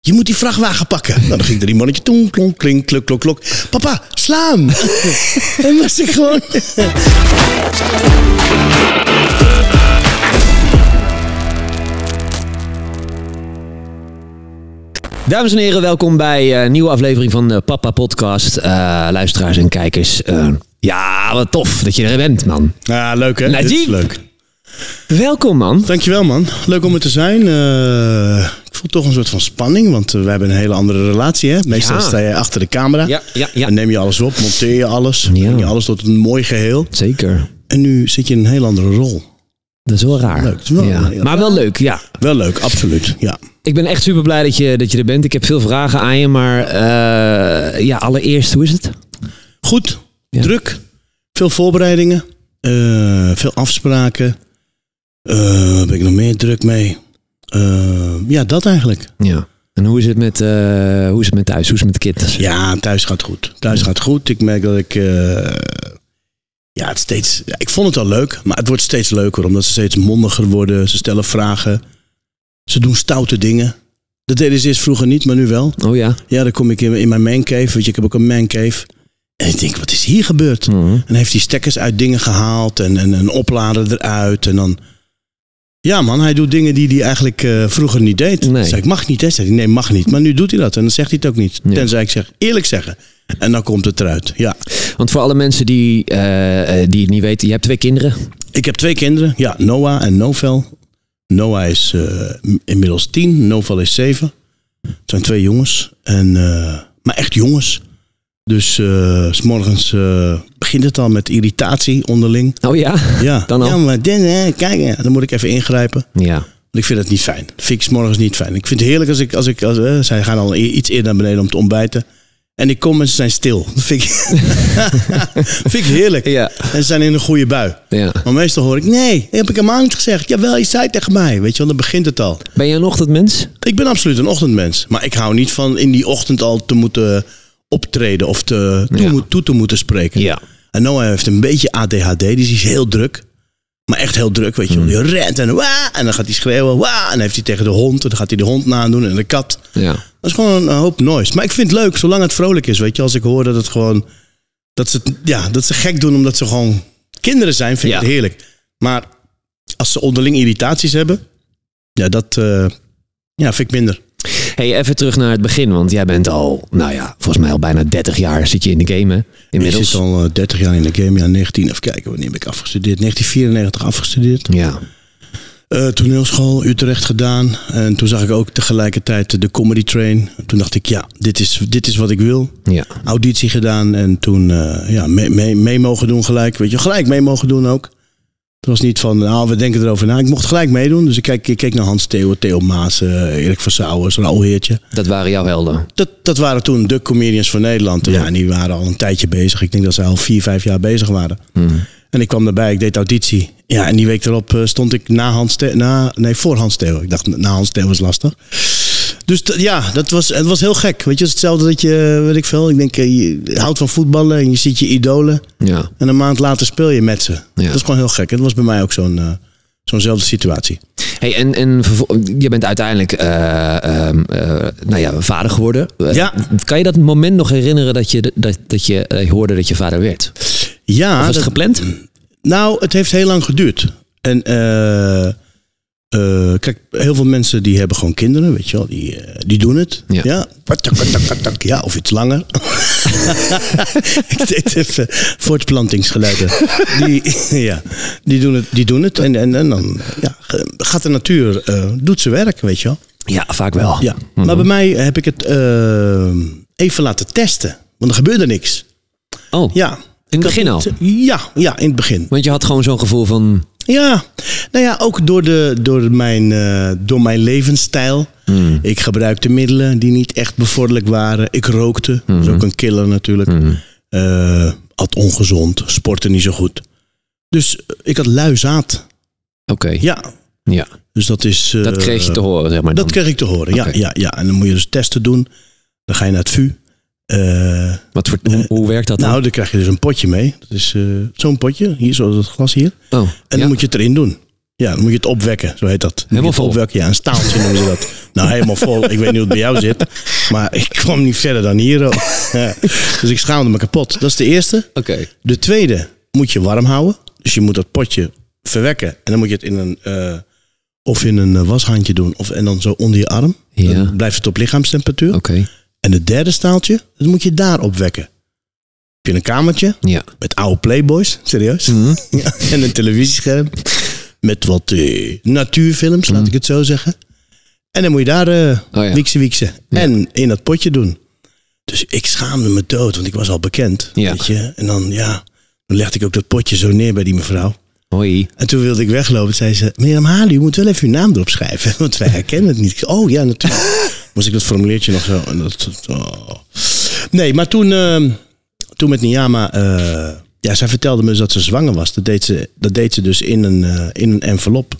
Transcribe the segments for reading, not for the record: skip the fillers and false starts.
je moet die vrachtwagen pakken. Nou, dan ging er die mannetje, toen, klonk, klink, kluk, klok, klok. Papa, sla hem. En was ik gewoon... Dames en heren, welkom bij een nieuwe aflevering van de Papa Podcast. Luisteraars en kijkers. Ja, wat tof dat je er bent, man. Ja, leuk hè? Najib. Dit is leuk. Welkom, man. Dankjewel, man. Leuk om er te zijn. Ik voel toch een soort van spanning, want wij hebben een hele andere relatie, hè? Meestal sta je achter de camera. Ja. En neem je alles op, monteer je alles. Breng je alles tot een mooi geheel. Zeker. En nu zit je in een heel andere rol. Dat is wel raar. Leuk. Is wel, maar wel leuk, ja. Wel leuk, absoluut, ja. Ik ben echt super blij dat je er bent. Ik heb veel vragen aan je, maar allereerst, hoe is het? Goed, Ja. druk, veel voorbereidingen, veel afspraken. Ben ik nog meer druk mee? Ja, dat eigenlijk. Ja. En hoe is het met thuis? Hoe is het met de kids? Ja, thuis gaat goed. Thuis gaat goed. Ik merk dat ik... het steeds... Ja, ik vond het al leuk, maar het wordt steeds leuker. Omdat ze steeds mondiger worden. Ze stellen vragen. Ze doen stoute dingen. Dat deden ze eerst vroeger niet, maar nu wel. Oh ja? Ja, dan kom ik in mijn mancave. Weet je, ik heb ook een mancave. En ik denk, wat is hier gebeurd? Mm-hmm. En heeft hij stekkers uit dingen gehaald. En een oplader eruit. En dan... Ja man, hij doet dingen die hij eigenlijk vroeger niet deed. Nee. Dan zei ik, mag niet hè? Zei hij, nee, mag niet. Maar nu doet hij dat. En dan zegt hij het ook niet. Ja. Tenzij ik zeg, eerlijk zeggen. En dan komt het eruit, ja. Want voor alle mensen die het niet weten, je hebt 2 kinderen. Ik heb 2 kinderen. Ja, Noah en Novel. Noah is inmiddels 10. Novel is 7. Het zijn 2 jongens. Maar echt jongens. Dus 's morgens begint het al met irritatie onderling. Oh ja? Ja, Dan al? ja maar kijk, dan moet ik even ingrijpen. Ja. Want ik vind het niet fijn. Dat vind ik 's morgens niet fijn. Ik vind het heerlijk als zij gaan al iets eerder naar beneden om te ontbijten. En ik kom en ze zijn stil. Dat vind ik, vind ik heerlijk. Ja. En ze zijn in een goede bui. Ja. Maar meestal hoor ik, nee, dat heb ik helemaal niet gezegd. Jawel, je zei het tegen mij. Weet je wel, dan begint het al. Ben je een ochtendmens? Ik ben absoluut een ochtendmens. Maar ik hou niet van in die ochtend al te moeten optreden of toe te moeten spreken. Ja. En Noah heeft een beetje ADHD, dus die is heel druk. Maar echt heel druk, weet je wel. Die rent en dan gaat hij schreeuwen. En dan heeft hij tegen de hond. En dan gaat hij de hond nadoen en de kat. Ja. Dat is gewoon een hoop noise. Maar ik vind het leuk, zolang het vrolijk is. Weet je, als ik hoor dat het gewoon... Dat ze gek doen omdat ze gewoon kinderen zijn, vind ik het heerlijk. Maar als ze onderling irritaties hebben... Ja, dat vind ik minder. Hey, even terug naar het begin. Want jij bent al, volgens mij al bijna 30 jaar zit je in de game, hè? Inmiddels. Ik zit al 30 jaar in de game. Ja, 19, even kijken, wanneer heb ik afgestudeerd? 1994 afgestudeerd. Ja. Toneelschool, Utrecht gedaan. En toen zag ik ook tegelijkertijd de Comedy Train. Toen dacht ik, ja, dit is wat ik wil. Ja. Auditie gedaan en toen mee mogen doen gelijk. Weet je, gelijk mee mogen doen ook. Het was niet van, we denken erover na. Ik mocht gelijk meedoen. Dus ik keek naar Hans Theo, Theo Maas, Erik van Sauwers, Raoul Heertje. Dat waren jouw helden? Dat waren toen de comedians van Nederland. Ja, en die waren al een tijdje bezig. Ik denk dat ze al 4-5 jaar bezig waren. En ik kwam erbij, ik deed auditie. Ja, en die week erop stond ik voor Hans Theo. Ik dacht, na Hans Theo was lastig. Dus het was heel gek. Weet je, het is hetzelfde dat je, weet ik veel. Ik denk, je houdt van voetballen en je ziet je idolen. Ja. En een maand later speel je met ze. Ja. Dat is gewoon heel gek. Het was bij mij ook zo'nzelfde situatie. Hey, en je bent uiteindelijk vader geworden. Ja. Kan je dat moment nog herinneren dat je hoorde dat je vader werd? Ja. Of was het gepland? Nou, het heeft heel lang geduurd. En kijk, heel veel mensen die hebben gewoon kinderen, weet je wel. Die doen het. Ja. Ja, of iets langer. Ik deed even voortplantingsgeluiden. Die doen het. En dan gaat de natuur, doet zijn werk, weet je wel. Ja, vaak wel. Ja. Maar bij mij heb ik het even laten testen. Want er gebeurde niks. Oh, ja. In het begin al? Ja, in het begin. Want je had gewoon zo'n gevoel van... Ja, nou ja, ook door mijn levensstijl. Ik gebruikte middelen die niet echt bevorderlijk waren. Ik rookte, dat is ook een killer natuurlijk. At ongezond, sportte niet zo goed. Dus ik had luizaad. Oké. Ja. Dus dat is... dat kreeg je te horen, zeg maar. Dat kreeg ik te horen, ja. En dan moet je dus testen doen. Dan ga je naar het VU. Hoe werkt dat dan? Nou, dan krijg je dus een potje mee. Dat is zo'n potje, hier, zoals het glas hier. Oh, en dan moet je het erin doen. Ja, dan moet je het opwekken, zo heet dat. Helemaal vol? Opwekken, ja, een staaltje noemen ze dat. Nou, helemaal vol. Ik weet niet hoe het bij jou zit. Maar ik kwam niet verder dan hier. Ja. Dus ik schaamde me kapot. Dat is de eerste. Oké. De tweede moet je warm houden. Dus je moet dat potje verwekken. En dan moet je het in een washandje doen. En dan zo onder je arm. Ja. Dan blijft het op lichaamstemperatuur. Oké. En het derde staaltje, dat moet je daar opwekken. Heb je een kamertje Ja. met oude Playboys, serieus. Mhm. Ja, en een televisiescherm met wat natuurfilms, laat ik het zo zeggen. En dan moet je daar wieksen. Ja. En in dat potje doen. Dus ik schaamde me dood, want ik was al bekend. Ja. Weet je? En dan legde ik ook dat potje zo neer bij die mevrouw. Hoi. En toen wilde ik weglopen. Zei ze, meneer Mali, u moet wel even uw naam erop schrijven. Want wij herkennen het niet. Ik zei, oh ja, natuurlijk. Moest ik dat formuliertje nog zo. En Nee, maar toen met Niyama... zij vertelde me dus dat ze zwanger was. Dat deed ze dus in een envelop.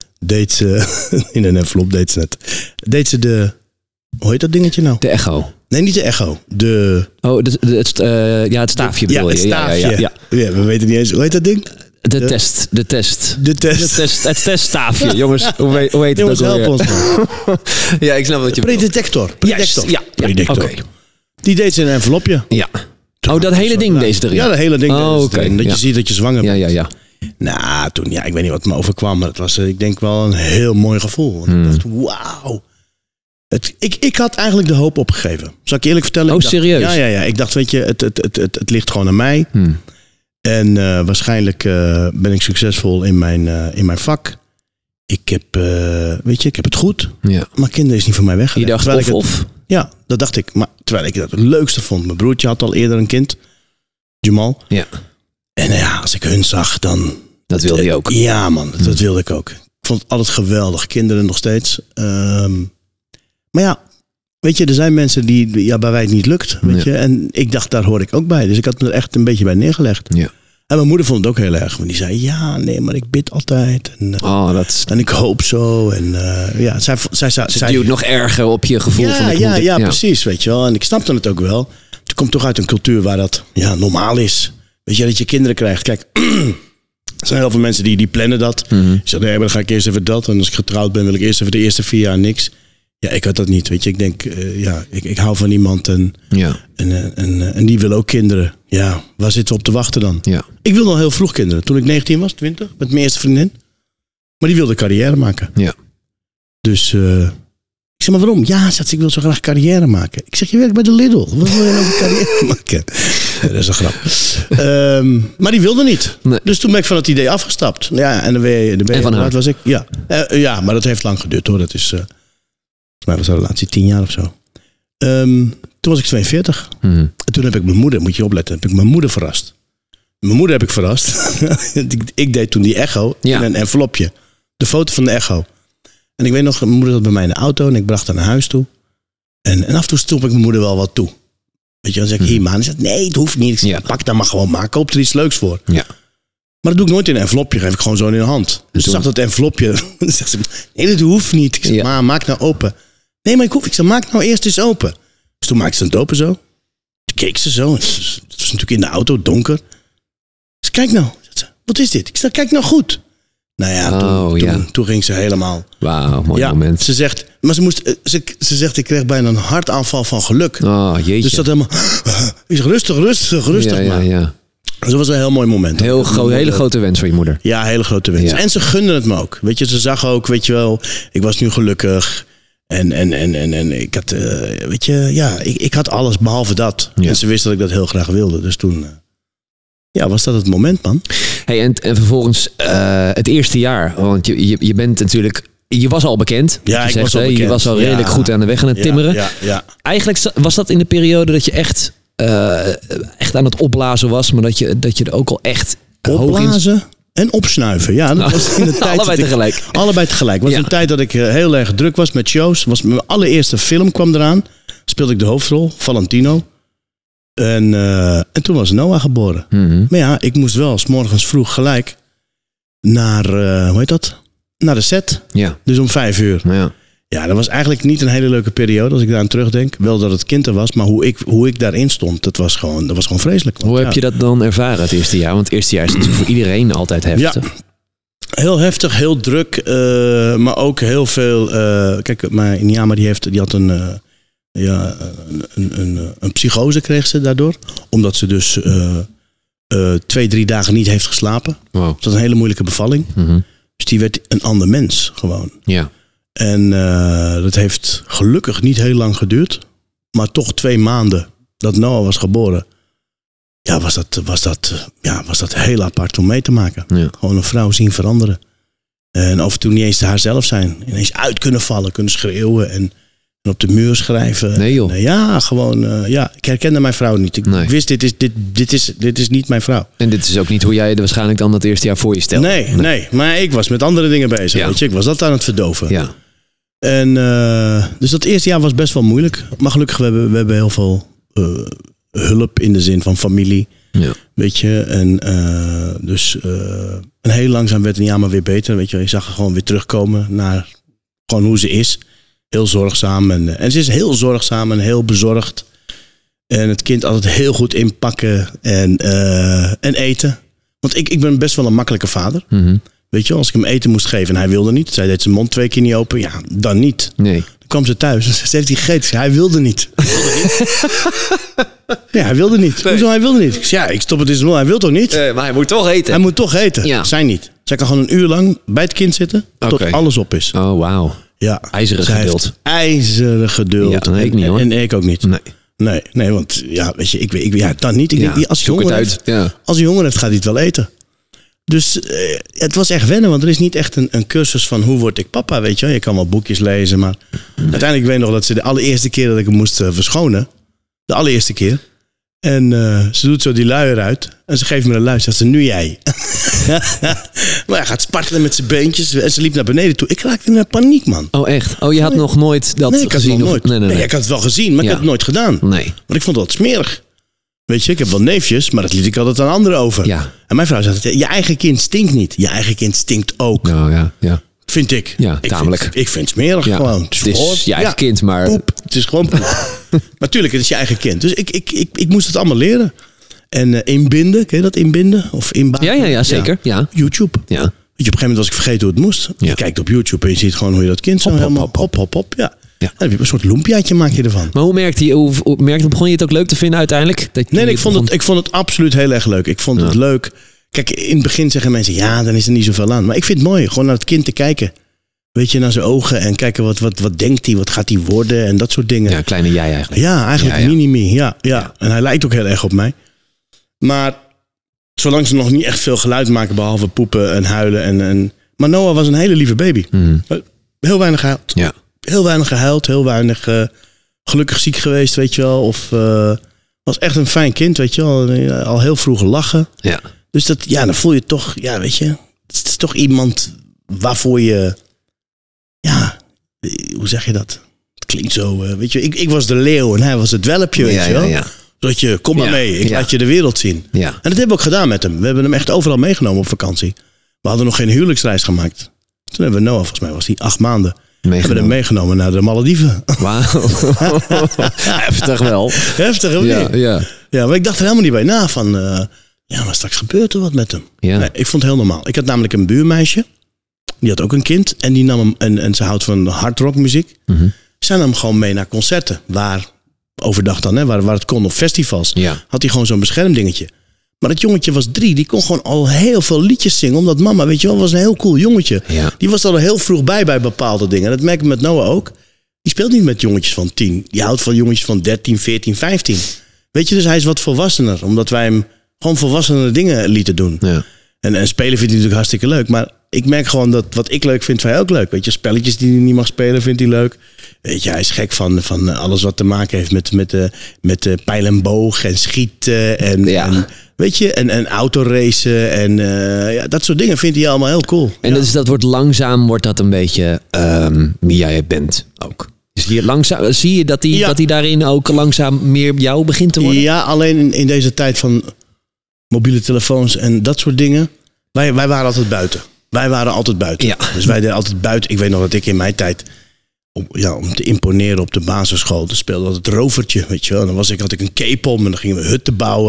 In een envelop deed ze het. Deed ze de... Hoe heet dat dingetje nou? De echo. Nee, niet de echo. Het staafje bedoel je. Het staafje. Ja, we weten niet eens. Hoe heet dat ding? De test. Het teststaafje. Jongens, hoe heet het Jongens, ook help alweer? ons. Ja, ik snap wat je bedoelt. Predetector. Juist, ja. Predictor. Oké. Die deed ze in een envelopje. Ja. Oh, dat hele ding deze erin? Ja, dat hele ding oké. erin. Dat je ziet dat je zwanger bent. Ja. Nou, toen, ik weet niet wat me overkwam. Maar het was, ik denk wel een heel mooi gevoel. Want ik dacht, wauw. Ik had eigenlijk de hoop opgegeven. Zal ik je eerlijk vertellen? Oh, serieus? Ja. Ik dacht, weet je, het ligt gewoon aan mij. En waarschijnlijk ben ik succesvol in mijn vak. Ik heb het goed. Ja. Maar kinderen is niet van mij weggelegd. Je dacht of? Ja, dat dacht ik. Maar terwijl ik dat het leukste vond. Mijn broertje had al eerder een kind. Jamal. Ja. En als ik hun zag, dan... Dat wilde je ook? Ja, man. Dat wilde ik ook. Ik vond het altijd geweldig. Kinderen nog steeds. Maar ja, weet je, er zijn mensen die bij wij het niet lukt. Weet je? En ik dacht, daar hoor ik ook bij. Dus ik had me er echt een beetje bij neergelegd. Ja. En mijn moeder vond het ook heel erg. Want die zei, ja, nee, maar ik bid altijd. En, en ik hoop zo. En zij duwt nog erger op je gevoel van ja, precies, weet je wel. En ik snapte het ook wel. Het komt toch uit een cultuur waar dat normaal is. Weet je, dat je kinderen krijgt. Kijk, er zijn heel veel mensen die plannen dat. Je zegt, nee, maar dan ga ik eerst even dat. En als ik getrouwd ben, wil ik eerst even de eerste 4 jaar niks. Ja, ik had dat niet, weet je. Ik denk, ik hou van iemand en die wil ook kinderen. Ja, waar zitten we op te wachten dan? Ja. Ik wilde al heel vroeg kinderen. Toen ik 19 was, 20, met mijn eerste vriendin. Maar die wilde carrière maken. Ja. Dus ik zeg, maar waarom? Ja, ik wil zo graag carrière maken. Ik zeg, je werkt bij de Lidl. Wat wil je nou voor carrière maken? Ja, dat is een grap. Maar die wilde niet. Nee. Dus toen ben ik van het idee afgestapt. Ja, en hoe oud was ik? Ja, maar dat heeft lang geduurd hoor. Dat is... Maar was de relatie 10 jaar of zo. Toen was ik 42. En toen heb ik mijn moeder, moet je opletten, heb ik mijn moeder verrast. Mijn moeder heb ik verrast. Ik deed toen die echo in een envelopje. De foto van de echo. En ik weet nog, mijn moeder zat bij mij in de auto en ik bracht haar naar huis toe. En af en toe stop ik mijn moeder wel wat toe. Weet je, dan zeg ik, hier man. En ze zegt, nee, het hoeft niet. Ik zeg, pak dat maar gewoon maar. Koop er iets leuks voor. Ja. Maar dat doe ik nooit in een envelopje. Geef ik gewoon zo in de hand. Dus ze zag dat envelopje. Dan zegt ze, nee, dat hoeft niet. Ik zeg, maar maak nou open. Nee, maar ik zeg, maak nou eerst eens open. Dus toen maakte ze het open zo. Toen keek ze zo. Het was natuurlijk in de auto, donker. Dus kijk nou. Wat is dit? Ik zeg, kijk nou goed. Nou ja, toen ging ze helemaal... Wauw, mooi moment. Ze zegt, maar ze zegt, ik kreeg bijna een hartaanval van geluk. Oh, jeetje. Dus dat helemaal... Ik zeg, rustig maar. Ja. Dus dat was een heel mooi moment. Hele grote wens voor je moeder. Ja, hele grote wens. Ja. En ze gunde het me ook. Weet je, ze zag ook, weet je wel, ik was nu gelukkig. En ik had, weet je, ik had alles behalve dat. Ja. En ze wist dat ik dat heel graag wilde. Dus toen, was dat het moment, man. Hey, en vervolgens het eerste jaar. Want je bent natuurlijk... Je was al bekend. Ja, ik was al bekend. Je was al redelijk goed aan de weg aan het timmeren. Ja. Eigenlijk was dat in de periode dat je echt aan het opblazen was. Maar dat je er ook al echt opblazen en opsnuiven. Ja, dat was in de tijd. Allebei tegelijk. Allebei tegelijk. Het was een tijd dat ik heel erg druk was met shows. Was mijn allereerste film kwam eraan. Speelde ik de hoofdrol, Valentino. En toen was Noah geboren. Mm-hmm. Maar ja, ik moest wel 's morgens vroeg gelijk naar, hoe heet dat? Naar de set. Ja. Dus om 5 uur. Ja, dat was eigenlijk niet een hele leuke periode als ik daar aan terugdenk. Wel dat het kind er was, maar hoe ik daarin stond, dat was gewoon vreselijk. Hoe heb je dat dan ervaren het eerste jaar? Want het eerste jaar is natuurlijk voor iedereen altijd heftig. Heel heftig, heel druk, maar ook heel veel... kijk, mijn Inyama die had een psychose kreeg ze daardoor. Omdat ze dus 2-3 dagen niet heeft geslapen. Wow. Dat was een hele moeilijke bevalling. Mm-hmm. Dus die werd een ander mens gewoon. Ja. En dat heeft gelukkig niet heel lang geduurd. Maar toch 2 maanden dat Noah was geboren. Ja, was dat heel apart om mee te maken. Ja. Gewoon een vrouw zien veranderen. En af en toe niet eens haarzelf zijn. Ineens uit kunnen vallen, kunnen schreeuwen en op de muur schrijven. Nee joh. Ja, gewoon, ik herkende mijn vrouw niet. Ik wist, dit is niet mijn vrouw. En dit is ook niet hoe jij er waarschijnlijk dan dat eerste jaar voor je stelde. Nee, maar ik was met andere dingen bezig. Ja. Weet je, ik was dat aan het verdoven. Ja. En dus dat eerste jaar was best wel moeilijk. Maar gelukkig, we hebben heel veel hulp in de zin van familie. Ja. Weet je, en heel langzaam werd Inyama weer beter. Weet je, je zag haar gewoon weer terugkomen naar gewoon hoe ze is. Heel zorgzaam. En ze is heel zorgzaam en heel bezorgd. En het kind altijd heel goed inpakken en eten. Want ik ben best wel een makkelijke vader. Mm-hmm. Weet je, als ik hem eten moest geven en hij wilde niet. Zij deed zijn mond 2 keer niet open. Ja, dan niet. Nee. Dan kwam ze thuis en ze heeft hij gegeten. Hij wilde niet. Ja, hij wilde niet. Nee. Hoezo, hij wilde niet? Ik stop het in zijn mond. Hij wil toch niet? Maar hij moet toch eten. Hij moet toch eten. Ja. Zij niet. Zij kan gewoon een uur lang bij het kind zitten. Tot alles op is. Oh, wauw. Ja. IJzeren geduld. IJzeren geduld. Ja, dat ik niet hoor. En ik ook niet. Nee, want weet je, ik dan niet. Als hij honger heeft, gaat hij het wel eten. Dus het was echt wennen, want er is niet echt een cursus van hoe word ik papa, weet je. Je kan wel boekjes lezen, maar uiteindelijk weet ik nog dat ze de allereerste keer dat ik hem moest verschonen. De allereerste keer. En ze doet zo die luier uit. En ze geeft me een luier. Zegt ze, nu jij. Maar hij gaat spartelen met zijn beentjes. En ze liep naar beneden toe. Ik raakte in paniek, man. Oh, echt? Oh, je had nog nooit dat gezien? Ik had het nog nooit. Nee, ik had het wel gezien, maar ik had het nooit gedaan. Nee. Want ik vond het wat smerig. Weet je, ik heb wel neefjes, maar dat liet ik altijd aan anderen over. Ja. En mijn vrouw zei, je eigen kind stinkt niet. Je eigen kind stinkt ook. Nou ja. Vind ik. Ja, tamelijk. Ik vind het smerig gewoon. Het is je eigen kind, maar... Poep. Het is gewoon poep. Maar natuurlijk, het is je eigen kind. Dus ik moest het allemaal leren. En inbinden, ken je dat? Inbinden? Of inbaken? Ja, zeker. Ja. YouTube. Ja. Weet je, op een gegeven moment was ik vergeten hoe het moest. Ja. Je kijkt op YouTube en je ziet gewoon hoe je dat kind zo helemaal... Hop. Ja. Ja. Dan heb je een soort lumpiaatje maak je ervan. Maar begon je het ook leuk te vinden uiteindelijk? Ik vond het absoluut heel erg leuk. Ik vond het leuk. Kijk, in het begin zeggen mensen, dan is er niet zoveel aan. Maar ik vind het mooi, gewoon naar het kind te kijken. Weet je, naar zijn ogen en kijken wat denkt hij, wat gaat hij worden en dat soort dingen. Ja, kleine jij eigenlijk. Ja, eigenlijk een mini-me. Ja. En hij lijkt ook heel erg op mij. Maar zolang ze nog niet echt veel geluid maken, behalve poepen en huilen. Maar Noah was een hele lieve baby. Mm. Heel weinig gehuild. Ja. Heel weinig gehuild, heel weinig gelukkig ziek geweest, weet je wel. Of was echt een fijn kind, weet je wel. Al heel vroeg lachen. Ja. Dus dan voel je toch, weet je. Het is toch iemand waarvoor je, hoe zeg je dat? Het klinkt zo, weet je. Ik was de leeuw en hij was het welpje, weet je wel. Ja. Zodat je, kom maar mee, ik laat je de wereld zien. Ja. En dat hebben we ook gedaan met hem. We hebben hem echt overal meegenomen op vakantie. We hadden nog geen huwelijksreis gemaakt. Toen hebben we Noah, volgens mij was hij 8 maanden. We hebben hem meegenomen naar de Malediven. Wauw. Heftig wel. Heftig, of niet? Ja, maar ik dacht er helemaal niet bij na van... maar straks gebeurt er wat met hem. Ja. Nee, ik vond het heel normaal. Ik had namelijk een buurmeisje. Die had ook een kind. En die nam hem... En ze houdt van hardrockmuziek. Mm-hmm. Zij nam hem gewoon mee naar concerten. Waar overdag dan, waar het kon op festivals. Ja. Had hij gewoon zo'n beschermdingetje. Maar dat jongetje was 3. Die kon gewoon al heel veel liedjes zingen. Omdat mama, weet je wel, was een heel cool jongetje. Ja. Die was al heel vroeg bij bepaalde dingen. Dat merk ik met Noah ook. Die speelt niet met jongetjes van 10. Die houdt van jongetjes van 13, 14, 15. Weet je, dus hij is wat volwassener. Omdat wij hem gewoon volwassenere dingen lieten doen. Ja. En spelen vindt hij natuurlijk hartstikke leuk. Maar ik merk gewoon dat wat ik leuk vind, vind hij ook leuk. Weet je, spelletjes die hij niet mag spelen, vindt hij leuk. Weet je, hij is gek van alles wat te maken heeft met pijl en boog en schieten. En weet je, en autoracen en dat soort dingen vindt hij allemaal heel cool. En dus dat wordt langzaam een beetje wie jij bent ook. Dus hier langzaam, zie je dat hij daarin ook langzaam meer jou begint te worden? Ja, alleen in deze tijd van mobiele telefoons en dat soort dingen. Wij waren altijd buiten. Ja. Dus wij deden altijd buiten. Ik weet nog dat ik in mijn tijd, om te imponeren op de basisschool, speelde altijd rovertje, weet je wel. Dan had ik een cape om en dan gingen we hutten bouwen.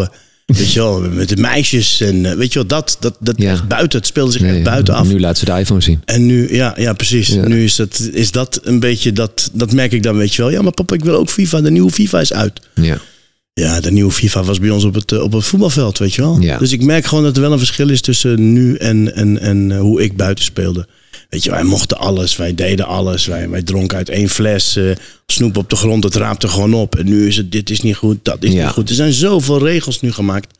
Weet je wel, met de meisjes en weet je wel, dat echt buiten. Het speelde zich echt buiten af. Nu laat ze de iPhone zien. En nu, ja precies. Ja. Nu is dat een beetje, dat merk ik dan, weet je wel. Ja, maar papa, ik wil ook FIFA. De nieuwe FIFA is uit. Ja. Ja, de nieuwe FIFA was bij ons op het voetbalveld, weet je wel. Ja. Dus ik merk gewoon dat er wel een verschil is tussen nu en hoe ik buiten speelde. Weet je, wij mochten alles, wij deden alles. Wij dronken uit 1 fles, snoep op de grond, het raapte gewoon op. En nu is het, dit is niet goed, dat is niet goed. Er zijn zoveel regels nu gemaakt.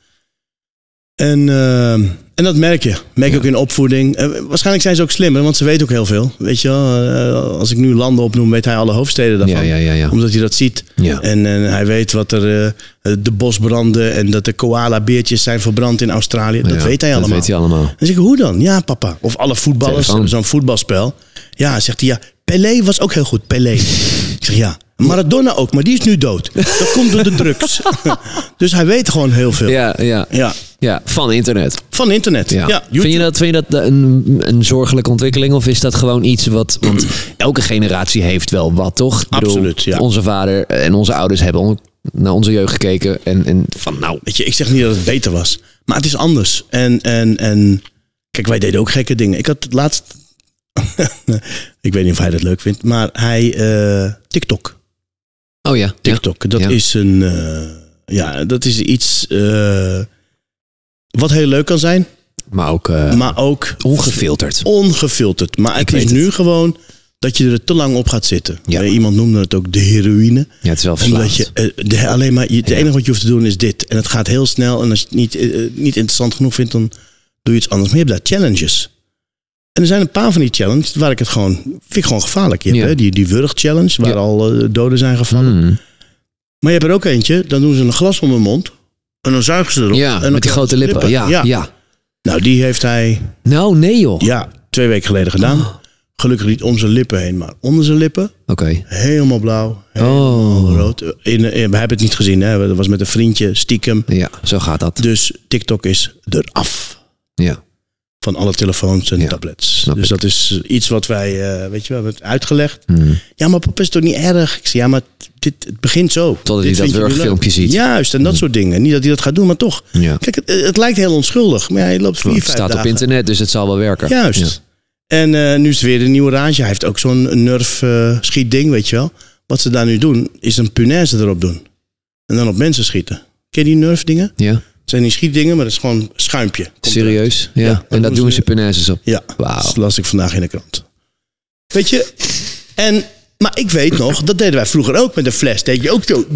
En dat merk je. Merk je ook in opvoeding. Waarschijnlijk zijn ze ook slimmer, want ze weten ook heel veel. Weet je wel, als ik nu landen opnoem, weet hij alle hoofdsteden daarvan. Ja. Omdat hij dat ziet. Ja. En hij weet wat er de bosbranden en dat de koala-beertjes zijn verbrand in Australië. Dat weet hij allemaal. Dat weet hij allemaal. Dan zeg ik, hoe dan? Ja, papa. Of alle voetballers, zo'n voetbalspel. Ja, zegt hij, ja, Pelé was ook heel goed. Pelé. Ik zeg, ja. Maradona ook, maar die is nu dood. Dat komt door de drugs. Dus hij weet gewoon heel veel. Ja, van internet. Van internet, ja. Vind je dat een zorgelijke ontwikkeling? Of is dat gewoon iets wat... Want elke generatie heeft wel wat, toch? Ik bedoel, absoluut, ja. Onze vader en onze ouders hebben naar onze jeugd gekeken. En van nou... Weet je, ik zeg niet dat het beter was. Maar het is anders. En kijk, wij deden ook gekke dingen. Ik had het laatst... ik weet niet of hij dat leuk vindt. Maar hij... TikTok. Oh ja. TikTok. Dat is een... dat is iets... wat heel leuk kan zijn. Maar ook ongefilterd. Ongefilterd. Maar het is nu gewoon dat je er te lang op gaat zitten. Ja. Iemand noemde het ook de heroïne. Ja, het is wel verslaafd. Alleen maar het enige wat je hoeft te doen is dit. En het gaat heel snel. En als je het niet interessant genoeg vindt, dan doe je iets anders. Maar je hebt daar challenges. En er zijn een paar van die challenges waar ik het gewoon... Vind ik gewoon gevaarlijk. Je hebt die wurg-challenge, waar al doden zijn gevallen. Maar je hebt er ook eentje, dan doen ze een glas om hun mond. En dan zuigen ze erop. Ja, en met die grote lippen. Ja. Nou, die heeft hij... Nou, nee joh. Ja, 2 weken geleden gedaan. Gelukkig niet om zijn lippen heen, maar onder zijn lippen. Oké. Helemaal blauw, helemaal rood. We hebben het niet gezien, hè. Dat was met een vriendje, stiekem. Ja, zo gaat dat. Dus TikTok is eraf. Ja. Van alle telefoons en tablets. Dus dat is iets wat wij, we hebben het uitgelegd. Ja, maar papa is toch niet erg? Ik zei, ja, maar het begint zo. Totdat hij dat wurgfilmpje ziet. Juist, en dat soort dingen. Niet dat hij dat gaat doen, maar toch. Ja. Kijk, het lijkt heel onschuldig. Maar hij loopt 4-5 dagen. Het staat op internet, dus het zal wel werken. Juist. Ja. En nu is het weer een nieuwe rage. Hij heeft ook zo'n Nerf schietding, weet je wel. Wat ze daar nu doen, is een punaise erop doen. En dan op mensen schieten. Ken je die Nerf dingen? Ja. Het zijn niet schietdingen, maar dat is gewoon schuimpje. Serieus? Ja. En daar doen ze punaises op? Ja, dat las ik vandaag in de krant. Weet je, maar ik weet nog, dat deden wij vroeger ook met een fles. Deed je ook zo.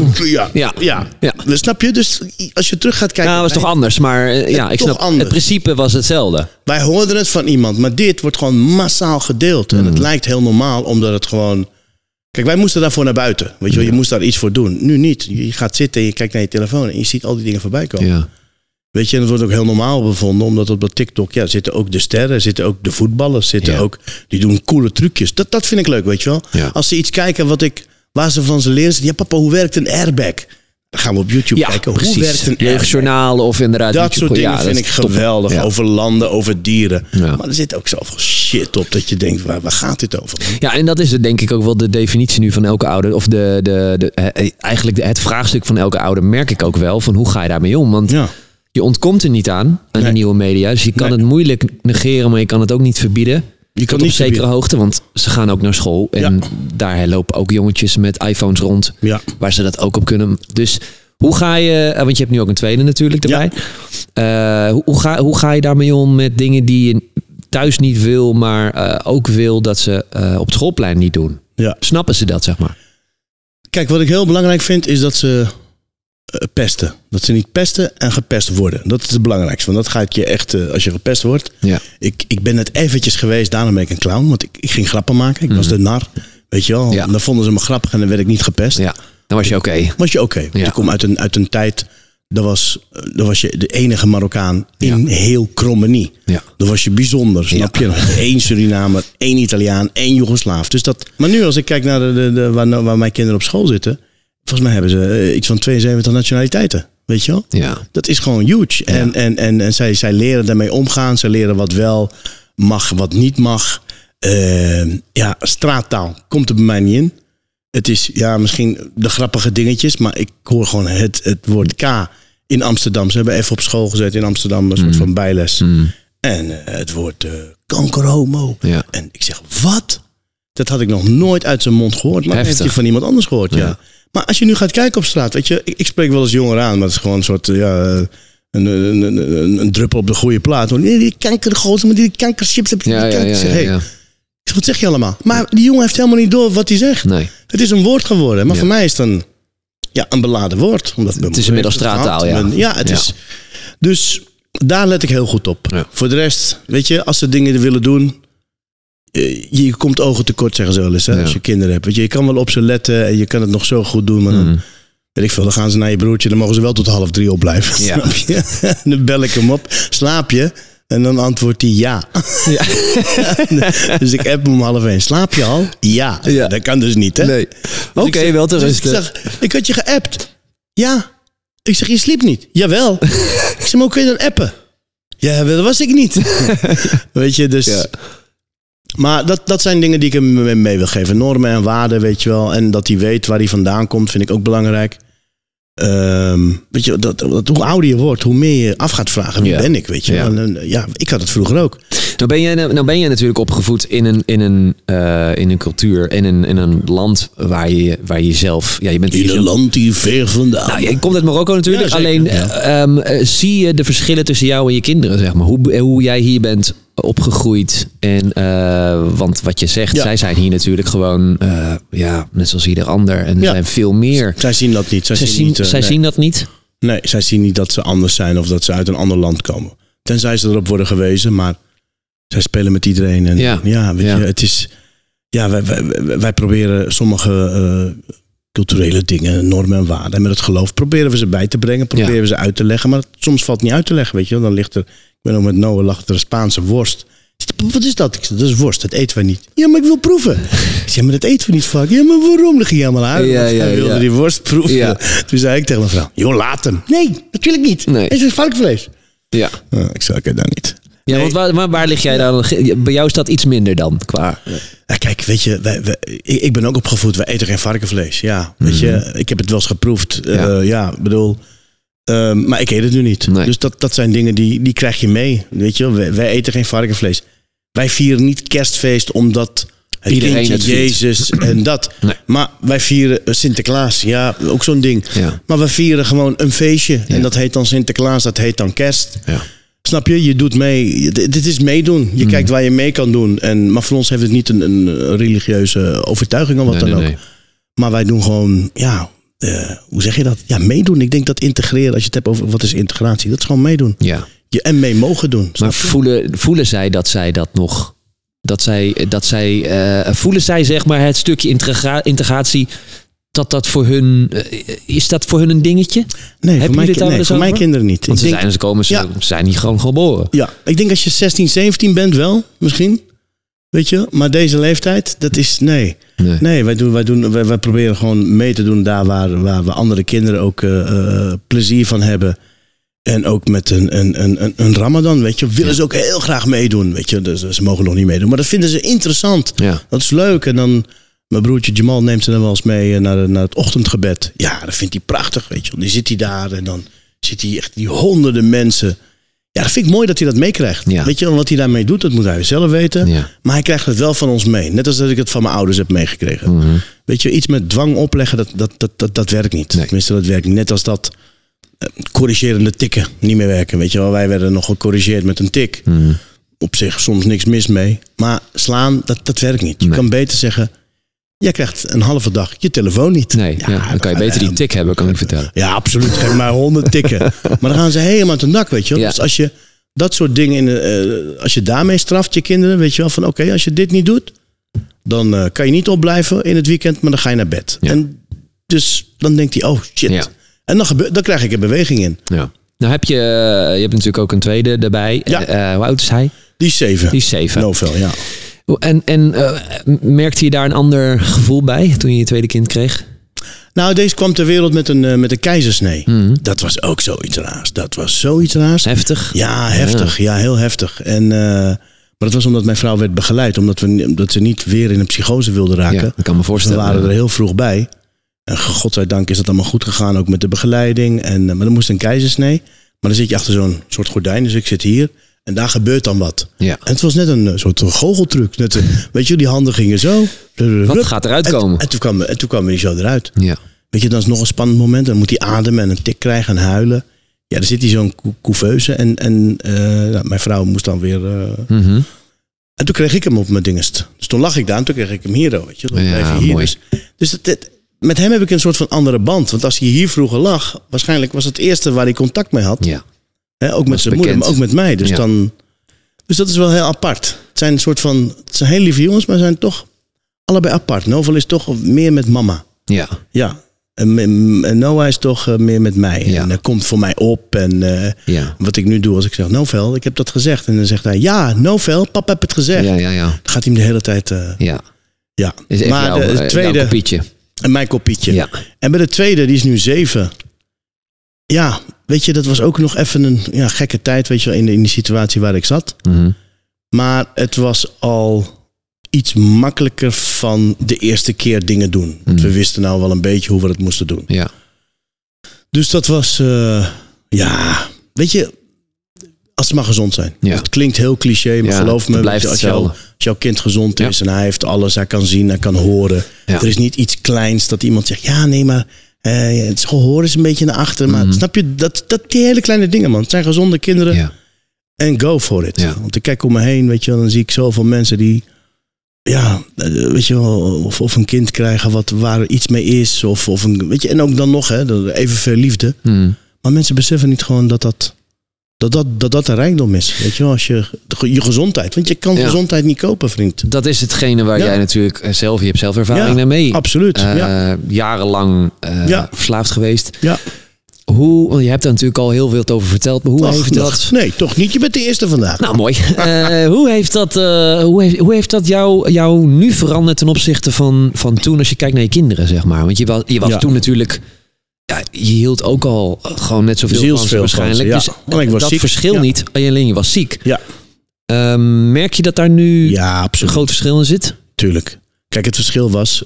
Ja. Dus snap je? Dus als je terug gaat kijken... Ja, dat was toch anders, maar ik snap, anders. Het principe was hetzelfde. Wij hoorden het van iemand, maar dit wordt gewoon massaal gedeeld. En het lijkt heel normaal, omdat het gewoon... Kijk, wij moesten daarvoor naar buiten. Weet je wel, je moest daar iets voor doen. Nu niet. Je gaat zitten en je kijkt naar je telefoon en je ziet al die dingen voorbij komen. Ja. Weet je, en dat wordt ook heel normaal bevonden, omdat op dat TikTok zitten ook de sterren, zitten ook de voetballers, zitten ook, die doen coole trucjes. Dat vind ik leuk, weet je wel. Ja. Als ze iets kijken waar ze van ze leren, ja papa, hoe werkt een airbag? Dan gaan we op YouTube kijken. Precies. Hoe werkt een jeugdjournalen of inderdaad dat YouTube. soort dingen vind ik geweldig. Ja. Over landen, over dieren. Ja. Maar er zit ook zoveel shit op dat je denkt, waar gaat dit over? Ja, en dat is denk ik ook wel de definitie nu van elke ouder. Of eigenlijk het vraagstuk van elke ouder merk ik ook wel. Van hoe ga je daarmee om? Want je ontkomt er niet aan die nieuwe media. Dus je kan het moeilijk negeren, maar je kan het ook niet verbieden. Je kan op zekere hoogte, want ze gaan ook naar school. En daar lopen ook jongetjes met iPhones rond. Ja. Waar ze dat ook op kunnen. Dus hoe ga je... Want je hebt nu ook een tweede natuurlijk erbij. Ja. Hoe ga je daarmee om met dingen die je thuis niet wil... maar ook wil dat ze op het schoolplein niet doen? Ja. Snappen ze dat, zeg maar? Kijk, wat ik heel belangrijk vind is dat ze... pesten. Dat ze niet pesten en gepest worden. Dat is het belangrijkste. Want dat gaat je echt, als je gepest wordt. Ja. Ik ben net eventjes geweest, daarna ben ik een clown. Want ik ging grappen maken. Ik was de nar. Weet je wel. Ja. Dan vonden ze me grappig en dan werd ik niet gepest. Ja. Dan was je oké. Was je oké. Ja. Ik kom uit een tijd... Dan was je de enige Marokkaan in heel Krommenie. Ja. Dan was je bijzonder, snap je? 1 Surinamer, 1 Italiaan, 1 Joegoslaaf. Dus maar nu als ik kijk naar waar mijn kinderen op school zitten... Volgens mij hebben ze iets van 72 nationaliteiten. Weet je wel? Ja. Dat is gewoon huge. Ja. En zij leren daarmee omgaan. Zij leren wat wel mag, wat niet mag. Straattaal komt er bij mij niet in. Het is misschien de grappige dingetjes. Maar ik hoor gewoon het woord K in Amsterdam. Ze hebben even op school gezeten in Amsterdam. Een soort van bijles. En het woord kankerhomo. Ja. En ik zeg, wat? Dat had ik nog nooit uit zijn mond gehoord. Maar heeft hij van iemand anders gehoord, ja. Maar als je nu gaat kijken op straat, weet je, ik spreek wel eens jongeren aan, maar het is gewoon een soort, een druppel op de goede plaat. Die kankergozer met die kankerchips. Wat zeg je allemaal? Maar die jongen heeft helemaal niet door wat hij zegt. Nee. Het is een woord geworden. Maar voor mij is het een beladen woord. Omdat het is inmiddels straattaal, is. Dus daar let ik heel goed op. Ja. Voor de rest, weet je, als ze dingen willen doen, je komt ogen tekort, zeggen ze wel eens, hè, als je kinderen hebt. Weet je kan wel op ze letten en je kan het nog zo goed doen, maar dan, weet ik veel, dan gaan ze naar je broertje, dan mogen ze wel tot 2:30 opblijven. Ja. Snap je? Dan bel ik hem op, slaap je? En dan antwoordt hij ja. Dus ik app hem om 12:30. Slaap je al? Ja. Dat kan dus niet, hè? Nee. Dus Oké, wel te rusten. Dus ik had je geappt. Ja. Ik zeg, je sliept niet. Jawel. Ik zeg, maar hoe kun je dan appen? Ja, dat was ik niet. Weet je, dus... Ja. Maar dat zijn dingen die ik hem mee wil geven. Normen en waarden, weet je wel. En dat hij weet waar hij vandaan komt, vind ik ook belangrijk. Weet je, hoe ouder je wordt, hoe meer je af gaat vragen. Wie ben ik, weet je wel. En, ik had het vroeger ook. Nou ben je natuurlijk opgevoed in een cultuur, in een land waar je zelf... Ja, je bent in een land die ver vandaan. Nou, je komt uit Marokko natuurlijk. Ja, alleen zie je de verschillen tussen jou en je kinderen, zeg maar. Hoe jij hier bent opgegroeid. En want wat je zegt, zij zijn hier natuurlijk gewoon net zoals ieder ander. En er zijn veel meer. Zij zien dat niet. Zij zien dat niet? Nee, zij zien niet dat ze anders zijn of dat ze uit een ander land komen. Tenzij ze erop worden gewezen, maar zij spelen met iedereen. En weet je, het is... Ja, wij proberen sommige culturele dingen, normen en waarden. En met het geloof proberen we ze bij te brengen, proberen we ze uit te leggen. Maar soms valt het niet uit te leggen, weet je wel. Dan ligt er... Ik ben ook met Noah, lag er een Spaanse worst. Wat is dat? Ik zei, dat is worst, dat eten wij niet. Ja, maar ik wil proeven. Ik zei, maar dat eten we niet vaak. Ja, maar waarom? Dan ging je helemaal uit. Hij wilde die worst proeven. Ja. Toen zei ik tegen mijn vrouw, joh, laat hem. Nee, natuurlijk niet. Nee. Het is varkensvlees. Ja. Ik zei, oké, dan niet. Ja, nee. Want waar lig jij dan? Bij jou is dat iets minder dan, qua... Ja, kijk, weet je, ik ben ook opgevoed, wij eten geen varkensvlees. Ja, weet je, ik heb het wel eens geproefd. Bedoel... maar ik eet het nu niet. Nee. Dus dat zijn dingen die krijg je mee. Weet je, wij eten geen varkensvlees. Wij vieren niet kerstfeest omdat het kindje Jezus en dat. Nee. Maar wij vieren Sinterklaas. Ja, ook zo'n ding. Ja. Maar we vieren gewoon een feestje. Ja. En dat heet dan Sinterklaas, dat heet dan kerst. Ja. Snap je? Je doet mee. Dit is meedoen. Je kijkt waar je mee kan doen. Maar voor ons heeft het niet een religieuze overtuiging of wat dan ook. Nee. Maar wij doen gewoon, hoe zeg je dat? Ja, meedoen. Ik denk dat integreren, als je het hebt over wat is integratie, dat is gewoon meedoen. Ja. En mee mogen doen. Maar voelen zij dat zij dat nog... voelen zij zeg maar het stukje integratie... Dat voor hun... is dat voor hun een dingetje? Nee, voor mijn kinderen niet. Want ze zijn hier gewoon geboren. Ja, ik denk als je 16, 17 bent wel, misschien... Weet je, maar deze leeftijd, dat is nee. Wij proberen gewoon mee te doen daar waar we andere kinderen ook plezier van hebben. En ook met een Ramadan, weet je, willen ze ook heel graag meedoen. Weet je, dus ze mogen nog niet meedoen, maar dat vinden ze interessant. Ja. Dat is leuk. En dan, mijn broertje Jamal neemt ze dan wel eens mee naar het ochtendgebed. Ja, dat vindt hij prachtig, weet je. Dan zit hij daar en dan zit hij echt die honderden mensen... Ja, dat vind ik mooi dat hij dat meekrijgt. Ja. Weet je, wat hij daarmee doet, dat moet hij zelf weten. Ja. Maar hij krijgt het wel van ons mee. Net als dat ik het van mijn ouders heb meegekregen. Mm-hmm. Weet je, iets met dwang opleggen, dat werkt niet. Nee. Tenminste, dat werkt niet. Net als dat corrigerende tikken niet meer werken. Weet je wel, wij werden nog gecorrigeerd met een tik. Mm-hmm. Op zich soms niks mis mee. Maar slaan, dat werkt niet. Je kan beter zeggen... Jij krijgt een halve dag je telefoon niet. Nee, dan kan je beter die tik hebben, kan ik vertellen. Ja, absoluut. Geef maar 100 tikken. Maar dan gaan ze helemaal uit de dak, weet je wel. Ja. Dus als je dat soort dingen, als je daarmee straft je kinderen, weet je wel, van oké, als je dit niet doet, dan kan je niet opblijven in het weekend, maar dan ga je naar bed. Ja. En dus dan denkt hij, oh shit. Ja. En dan krijg ik een beweging in. Ja. Nou je hebt natuurlijk ook een tweede erbij. Ja. Hoe oud is hij? Die is 7. Novel, ja. En merkte je daar een ander gevoel bij toen je je tweede kind kreeg? Nou, deze kwam ter wereld met een keizersnee. Mm-hmm. Dat was ook zoiets raars. Heftig? Ja, heftig. Ja, heel heftig. Maar dat was omdat mijn vrouw werd begeleid. Omdat ze niet weer in een psychose wilde raken. Ja, dat kan me voorstellen. Dus we waren er heel vroeg bij. En godzijdank is dat allemaal goed gegaan, ook met de begeleiding. Maar er moest een keizersnee. Maar dan zit je achter zo'n soort gordijn. Dus ik zit hier en daar gebeurt dan wat. Ja. En het was net een soort goocheltruc. Weet je, die handen gingen zo. Wat gaat eruit komen? En toen kwam hij zo eruit. Ja. Weet je, dat is nog een spannend moment. Dan moet hij ademen en een tik krijgen en huilen. Ja, dan zit hij zo'n couveuse. En mijn vrouw moest dan weer... En toen kreeg ik hem op mijn dingest. Dus toen lag ik daar en toen kreeg ik hem hier. Weet je, hier. Mooi. Dus met hem heb ik een soort van andere band. Want als hij hier vroeger lag, waarschijnlijk was het eerste waar hij contact mee had. Ja. Ook met zijn moeder, maar ook met mij. Dus dat is wel heel apart. Het zijn een soort van... Het zijn hele lieve jongens, maar zijn toch allebei apart. Novel is toch meer met mama. Ja. Ja. En Noah is toch meer met mij. Ja. En hij komt voor mij op. En wat ik nu doe als ik zeg, Novel, ik heb dat gezegd. En dan zegt hij, ja, Novel, papa heb het gezegd. Ja. Dan gaat hij hem de hele tijd... Ja. Is even maar de tweede... jouw kopietje. En mijn kopietje. Ja. En bij de tweede, die is nu 7. Ja, weet je, dat was ook nog even een gekke tijd, weet je wel, in die situatie waar ik zat. Maar het was al iets makkelijker van de eerste keer dingen doen. Want we wisten nou wel een beetje hoe we het moesten doen. Ja. Dus dat was, weet je, als ze maar gezond zijn. Ja. Het klinkt heel cliché, maar geloof me, als jouw kind gezond is en hij heeft alles, hij kan zien, hij kan horen. Ja. Er is niet iets kleins dat iemand zegt, ja nee, maar het gehoor is een beetje naar achter. Maar snap je, dat die hele kleine dingen, man. Het zijn gezonde kinderen. Ja. En go for it. Ja. Want ik kijk om me heen, weet je wel, dan zie ik zoveel mensen die, weet je wel, of een kind krijgen waar er iets mee is. Of een, weet je, en ook dan nog, evenveel liefde. Maar mensen beseffen niet gewoon dat een rijkdom is. Weet je wel, als je gezondheid. Want je kan gezondheid niet kopen, vriend. Dat is hetgene waar jij natuurlijk zelf... Je hebt zelf ervaring daarmee. Absoluut. Jarenlang verslaafd geweest. Ja. Want je hebt er natuurlijk al heel veel over verteld. Maar hoe heeft dat... Nee, toch niet. Je bent de eerste vandaag. Nou, mooi. Hoe heeft dat jou nu veranderd ten opzichte van toen als je kijkt naar je kinderen, zeg maar? Want je was toen natuurlijk... Ja, je hield ook al gewoon net zoveel van ze waarschijnlijk. Ja. Dus dat ziek. verschil niet. Alleen je was ziek. Ja. Merk je dat daar nu een groot verschil in zit? Tuurlijk. Kijk, het verschil was...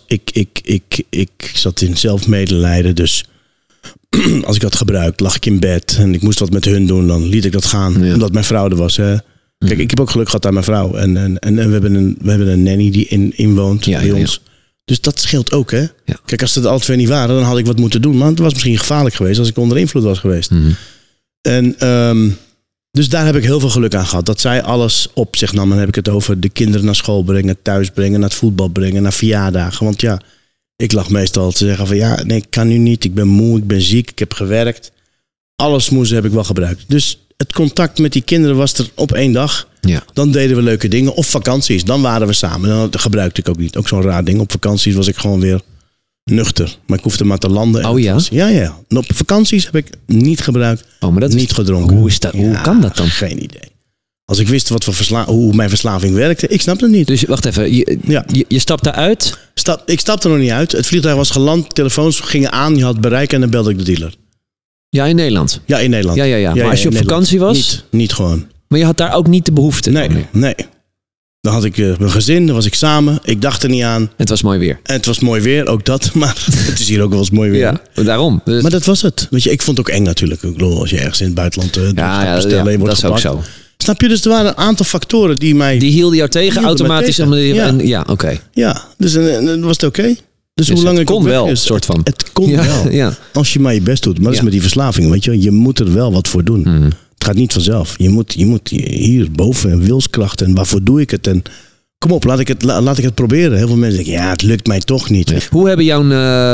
Ik zat in zelfmedelijden. Dus als ik had gebruikt, lag ik in bed. En ik moest wat met hun doen. Dan liet ik dat gaan. Ja. Omdat mijn vrouw er was. Hè. Kijk, ik heb ook geluk gehad aan mijn vrouw. En we hebben een nanny die inwoont bij ons. Dus dat scheelt ook, hè? Ja. Kijk, als het alle twee niet waren, dan had ik wat moeten doen. Maar het was misschien gevaarlijk geweest als ik onder invloed was geweest. En dus daar heb ik heel veel geluk aan gehad. Dat zij alles op zich nam. Dan heb ik het over de kinderen naar school brengen, thuis brengen, naar het voetbal brengen, naar verjaardagen. Want ik lag meestal te zeggen van nee, ik kan nu niet. Ik ben moe, ik ben ziek, ik heb gewerkt. Alle smoezen heb ik wel gebruikt. Dus het contact met die kinderen was er op 1 dag. Ja. Dan deden we leuke dingen. Of vakanties. Dan waren we samen. Dan gebruikte ik ook niet. Ook zo'n raar ding. Op vakanties was ik gewoon weer nuchter. Maar ik hoefde maar te landen. En ja. En op vakanties heb ik niet gebruikt. Maar niet gedronken. Hoe is dat? Hoe kan dat dan? Geen idee. Als ik wist hoe mijn verslaving werkte. Ik snapte het niet. Dus wacht even. Je stapte uit? Ik stapte nog niet uit. Het vliegtuig was geland. Telefoons gingen aan. Je had bereik. En dan belde ik de dealer. Ja, in Nederland? Ja, in Nederland. Ja. Maar als je op vakantie was? Niet gewoon. Maar je had daar ook niet de behoefte? Nee. Dan had ik mijn gezin, dan was ik samen. Ik dacht er niet aan. Het was mooi weer. En het was mooi weer, ook dat. Maar het is hier ook wel eens mooi weer. Ja, daarom. Dus... Maar dat was het. Weet je, ik vond het ook eng natuurlijk. Ik bedoel, als je ergens in het buitenland bestellen, wordt dat is gepakt. ook zo. Snap je? Dus er waren een aantal factoren die mij... Die hielden jou tegen automatisch. Oké. Ja, dus dan was het oké. Dus hoe lang het kon wel, soort van. Het kon wel. Ja. Als je maar je best doet. Maar dat is met die verslaving, weet je. Je moet er wel wat voor doen. Het gaat niet vanzelf. Je moet hierboven en wilskracht. En waarvoor doe ik het? En kom op, laat ik het proberen. Heel veel mensen denken, het lukt mij toch niet. Ja. Hoe hebben jouw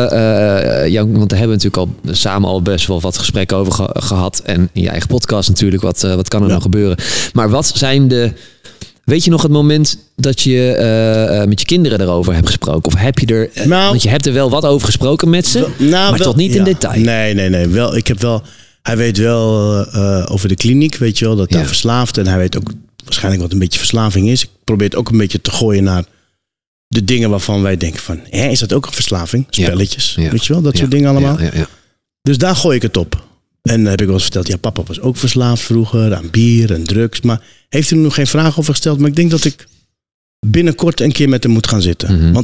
want daar hebben we natuurlijk al samen al best wel wat gesprekken over gehad. En in je eigen podcast natuurlijk, wat kan er nou gebeuren? Maar wat zijn weet je nog het moment dat je met je kinderen erover hebt gesproken? Of heb je er... want je hebt er wel wat over gesproken met ze, maar tot niet in detail. Nee. Hij weet wel over de kliniek, weet je wel, dat daar verslaafd. En hij weet ook waarschijnlijk wat een beetje verslaving is. Ik probeer het ook een beetje te gooien naar de dingen waarvan wij denken van... is dat ook een verslaving? Spelletjes, weet je wel, dat soort dingen allemaal. Ja. Dus daar gooi ik het op. En dan heb ik wel eens verteld, papa was ook verslaafd vroeger aan bier en drugs. Maar heeft hij er nog geen vraag over gesteld. Maar ik denk dat ik binnenkort een keer met hem moet gaan zitten. Want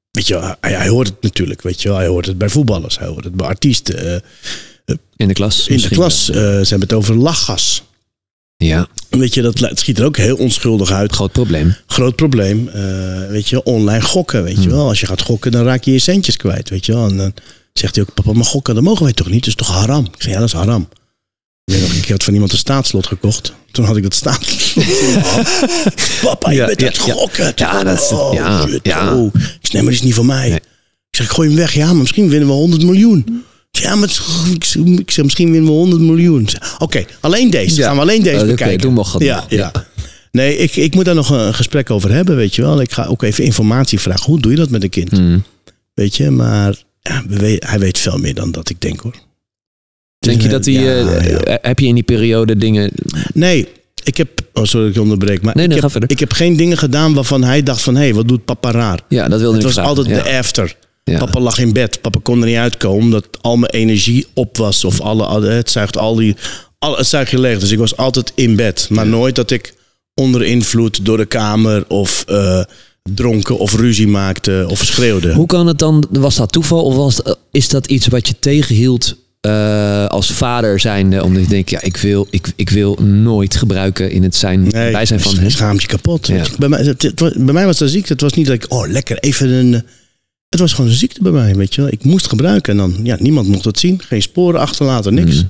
Weet je, hij hoort het natuurlijk. Weet je, hij hoort het bij voetballers. Hij hoort het bij artiesten. In de klas? In de klas. Ze hebben het over lachgas. Ja. Weet je, dat schiet er ook heel onschuldig uit. Groot probleem. Weet je, online gokken. Weet je wel. Als je gaat gokken, dan raak je je centjes kwijt. Weet je wel. En dan zegt hij ook, papa, maar gokken, dat mogen wij toch niet? Dat is toch haram? Ik zeg, ja, dat is haram. Ik weet nog een keer had van iemand een staatslot gekocht. Toen had ik dat staatslot in mijn hand. Papa, je bent het gokken. Ja, dat is... shit. Oh. Ik zeg, nee, maar die is niet van mij. Nee. Ik zeg, gooi hem weg. Ja, maar misschien winnen we 100 miljoen. Ja, maar ik zeg, misschien winnen we 100 miljoen. Oké, alleen deze. Gaan we alleen deze bekijken. Doe mag dat. Ja. Nee, ik moet daar nog een gesprek over hebben, weet je wel. Ik ga ook even informatie vragen. Hoe doe je dat met een kind? Weet je, maar hij weet veel meer dan dat ik denk, hoor. Denk je dat hij... Heb je in die periode dingen... Nee, ik heb... Oh, sorry dat ik onderbreek. Maar ik heb geen dingen gedaan waarvan hij dacht van... Hé, wat doet papa raar? Ja, dat wilde ik vragen. Het was altijd de after. Ja. Papa lag in bed. Papa kon er niet uitkomen omdat al mijn energie op was. Of het zuigt het zuigt je leeg. Dus ik was altijd in bed. Maar nooit dat ik onder invloed door de kamer of dronken of ruzie maakte of schreeuwde. Hoe kan het dan? Was dat toeval of is dat iets wat je tegenhield als vader zijnde? Omdat je denkt, ja, ik wil nooit gebruiken in het bijzijn van hem. Ik schaam je kapot. Ja. Bij mij was dat ziekte. Het was niet dat ik, lekker even een... Het was gewoon een ziekte bij mij, weet je wel. Ik moest gebruiken en dan, niemand mocht het zien. Geen sporen achterlaten, niks.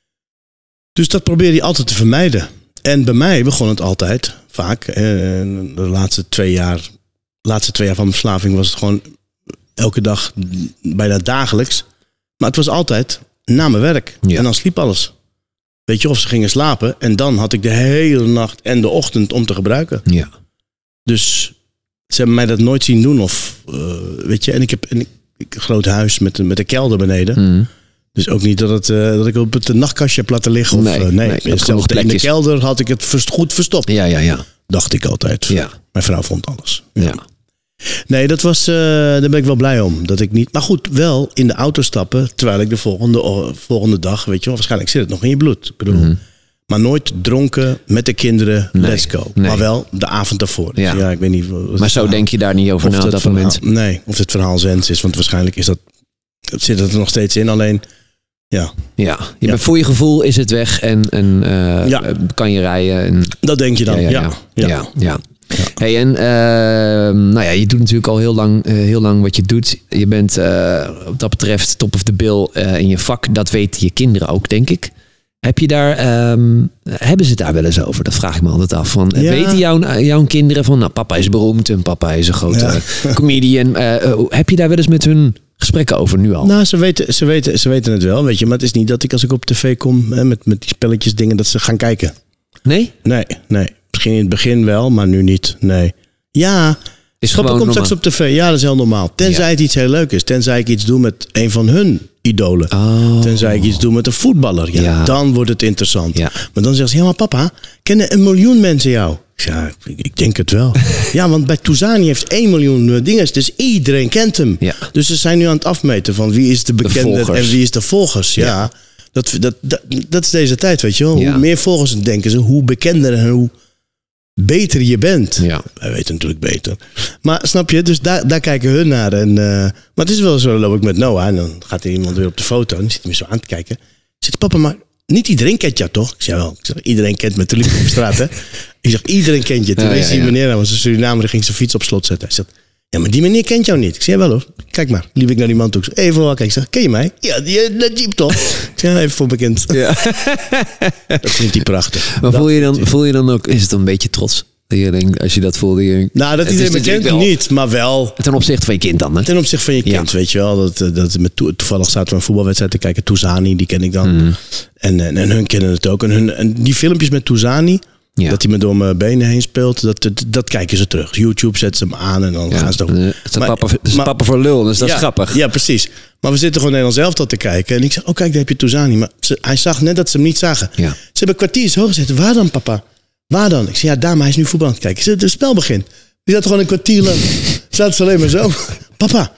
Dus dat probeerde je altijd te vermijden. En bij mij begon het altijd, vaak. De laatste 2 jaar van mijn verslaving was het gewoon elke dag, bijna dagelijks. Maar het was altijd na mijn werk. Ja. En dan sliep alles. Weet je, of ze gingen slapen. En dan had ik de hele nacht en de ochtend om te gebruiken. Ja. Dus... Ze hebben mij dat nooit zien doen. Of, weet je, en ik heb een groot huis met een kelder beneden. Dus ook niet dat ik op het nachtkastje heb laten liggen. Nee, zelfs in de kelder had ik het goed verstopt. Ja. Dacht ik altijd. Ja. Mijn vrouw vond alles. Ja. Nee, dat was, daar ben ik wel blij om. Dat ik niet, maar goed, wel in de auto stappen. Terwijl ik de volgende dag, weet je wel, waarschijnlijk zit het nog in je bloed. Ik bedoel... Maar nooit dronken met de kinderen, let's go. Nee. Maar wel de avond daarvoor. Dus ja, ik weet niet. Maar zo denk je daar niet over na op dat moment? Nee, of het verhaal zens is. Want waarschijnlijk zit het er nog steeds in. Alleen, ja. Voor je gevoel is het weg en kan je rijden. En... Dat denk je dan, ja. Hey, en je doet natuurlijk al heel lang wat je doet. Je bent wat dat betreft top of the bill in je vak. Dat weten je kinderen ook, denk ik. Hebben ze het daar wel eens over? Dat vraag ik me altijd af. Weten jouw kinderen van, papa is beroemd en papa is een grote comedian. Heb je daar wel eens met hun gesprekken over nu al? Nou, ze weten het wel, weet je. Maar het is niet dat ik als ik op tv kom met die spelletjes dingen, dat ze gaan kijken. Nee? Nee. Misschien in het begin wel, maar nu niet. Nee. Ja, papa komt straks op tv. Ja, dat is heel normaal. Tenzij het iets heel leuk is. Tenzij ik iets doe met een van hun idolen. Tenzij ik iets doe met een voetballer. Ja, dan wordt het interessant. Ja. Maar dan zeggen ze, maar papa, kennen 1 miljoen mensen jou? Ik denk het wel. Ja, want bij Touzani heeft 1 miljoen dingen. Dus iedereen kent hem. Ja. Dus ze zijn nu aan het afmeten van wie is de bekende en wie is de volgers. Ja. Dat is deze tijd, weet je wel. Hoe meer volgers denken ze, hoe bekender en hoe beter je bent. Ja. Wij weten natuurlijk beter. Maar snap je, dus daar kijken hun naar. Maar het is wel zo, dan loop ik met Noah en dan gaat er iemand weer op de foto en dan zit hij me zo aan te kijken. Zegt papa, maar niet iedereen kent jou toch? Ik zeg wel, iedereen kent me. Toen liep ik op straat, hè. Ik zeg, iedereen kent je. Toen wees die meneer, was een Surinamer, die ging zijn fiets op slot zetten. Hij zegt, ja, maar die meneer kent jou niet. Ik zeg, wel hoor, kijk maar. Liep ik naar die man toe. Even wel kijken. Ik zeg, ken je mij? Ja, die Jeep toch? Ik zeg, even voor bekend. Ja. Dat vindt hij prachtig. Maar voel je dan ook, is het een beetje trots? Als je dat voelde. Dat iedereen me kent, niet, maar wel. Ten opzichte van je kind dan, hè? Ten opzichte van je kind, weet je wel. Toevallig zaten we een voetbalwedstrijd te kijken. Touzani, die ken ik dan. En hun kennen het ook. En die filmpjes met Touzani, dat hij me door mijn benen heen speelt, dat kijken ze terug. YouTube zetten ze hem aan en dan gaan ze toch. Papa voor lul, dus dat is grappig. Ja, precies. Maar we zitten gewoon Nederlands elftal te kijken. En ik zeg, kijk, daar heb je Touzani. Maar hij zag net dat ze hem niet zagen. Ja. Ze hebben een kwartier zo gezet. Waar dan, papa? Waar dan? Ik zei, ja, daar, maar hij is nu voetbal aan het kijken. Het spel begint. Die zat gewoon een kwartier lang. Zaten ze alleen maar zo. Papa,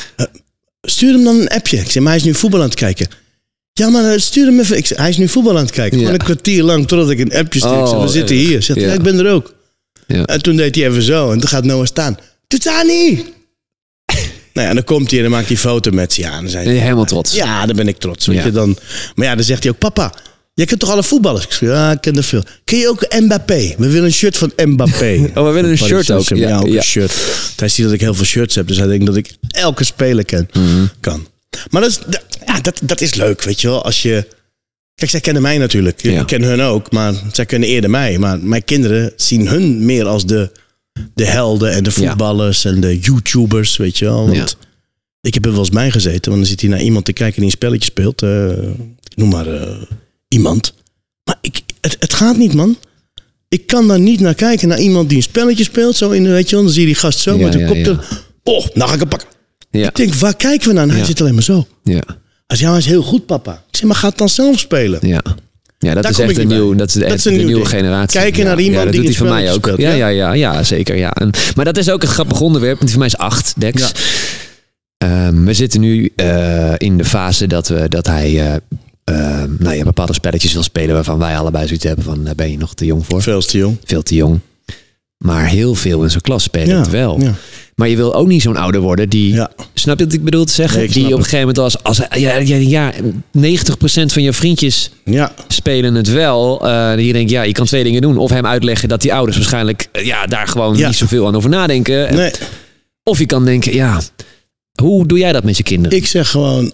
stuur hem dan een appje. Ik zei, maar hij is nu voetbal aan het kijken. Ja, maar stuur hem even. Ik zei, hij is nu voetbal aan het kijken. Gewoon een kwartier lang, totdat ik een appje stuur. Ik zei, we zitten hier. Zegt, ja, ik ben er ook. Ja. En toen deed hij even zo. En toen gaat Noah staan. Touzani! Nou ja, en dan komt hij en dan maakt hij foto met ze. Ja, en dan zijn ben je helemaal trots. Ja, dan ben ik trots. Weet je, dan, maar ja, dan zegt hij ook, papa, jij kent toch alle voetballers? Ik zeg, ja, ik ken er veel. Ken je ook Mbappé? We willen een shirt van Mbappé. Oh, we willen een shirt ook. Ja, ook een shirt. Hij ziet dat ik heel veel shirts heb, dus hij denkt dat ik elke speler kan. Maar dat is leuk, weet je wel. Als je... Kijk, zij kennen mij natuurlijk. Ik ken hun ook, maar zij kennen eerder mij. Maar mijn kinderen zien hun meer als de helden en de voetballers en de YouTubers, weet je wel. Want ik heb er wel eens bij gezeten, want dan zit hij naar iemand te kijken die een spelletje speelt. Noem maar iemand. Maar het gaat niet, man. Ik kan daar niet naar kijken, naar iemand die een spelletje speelt. Zo in, weet je wel, dan zie je die gast zo met een kop. Oh, nou ga ik hem pakken. Ja. Ik denk, waar kijken we naar? En hij zit alleen maar zo. Ja. Hij is heel goed, papa. Ik zeg, maar ga het dan zelf spelen. Ja, dat is echt een nieuwe generatie. Kijken naar iemand dat die doet hij van mij ook. Speelt, ja, zeker. Ja. Maar dat is ook een grappig onderwerp. Want voor mij is 8, Dex. Ja. We zitten nu in de fase dat hij bepaalde spelletjes wil spelen waarvan wij allebei zoiets hebben van, daar ben je nog te jong voor. Veel te jong. Veel te jong. Maar heel veel in zijn klas spelen het wel. Ja. Maar je wil ook niet zo'n ouder worden die... Ja. Snap je wat ik bedoel te zeggen? Nee, die op een gegeven moment als 90% van je vriendjes spelen het wel. Die denkt, je kan 2 dingen doen. Of hem uitleggen dat die ouders waarschijnlijk daar gewoon niet zoveel aan over nadenken. Nee. Of je kan denken, hoe doe jij dat met je kinderen? Ik zeg gewoon...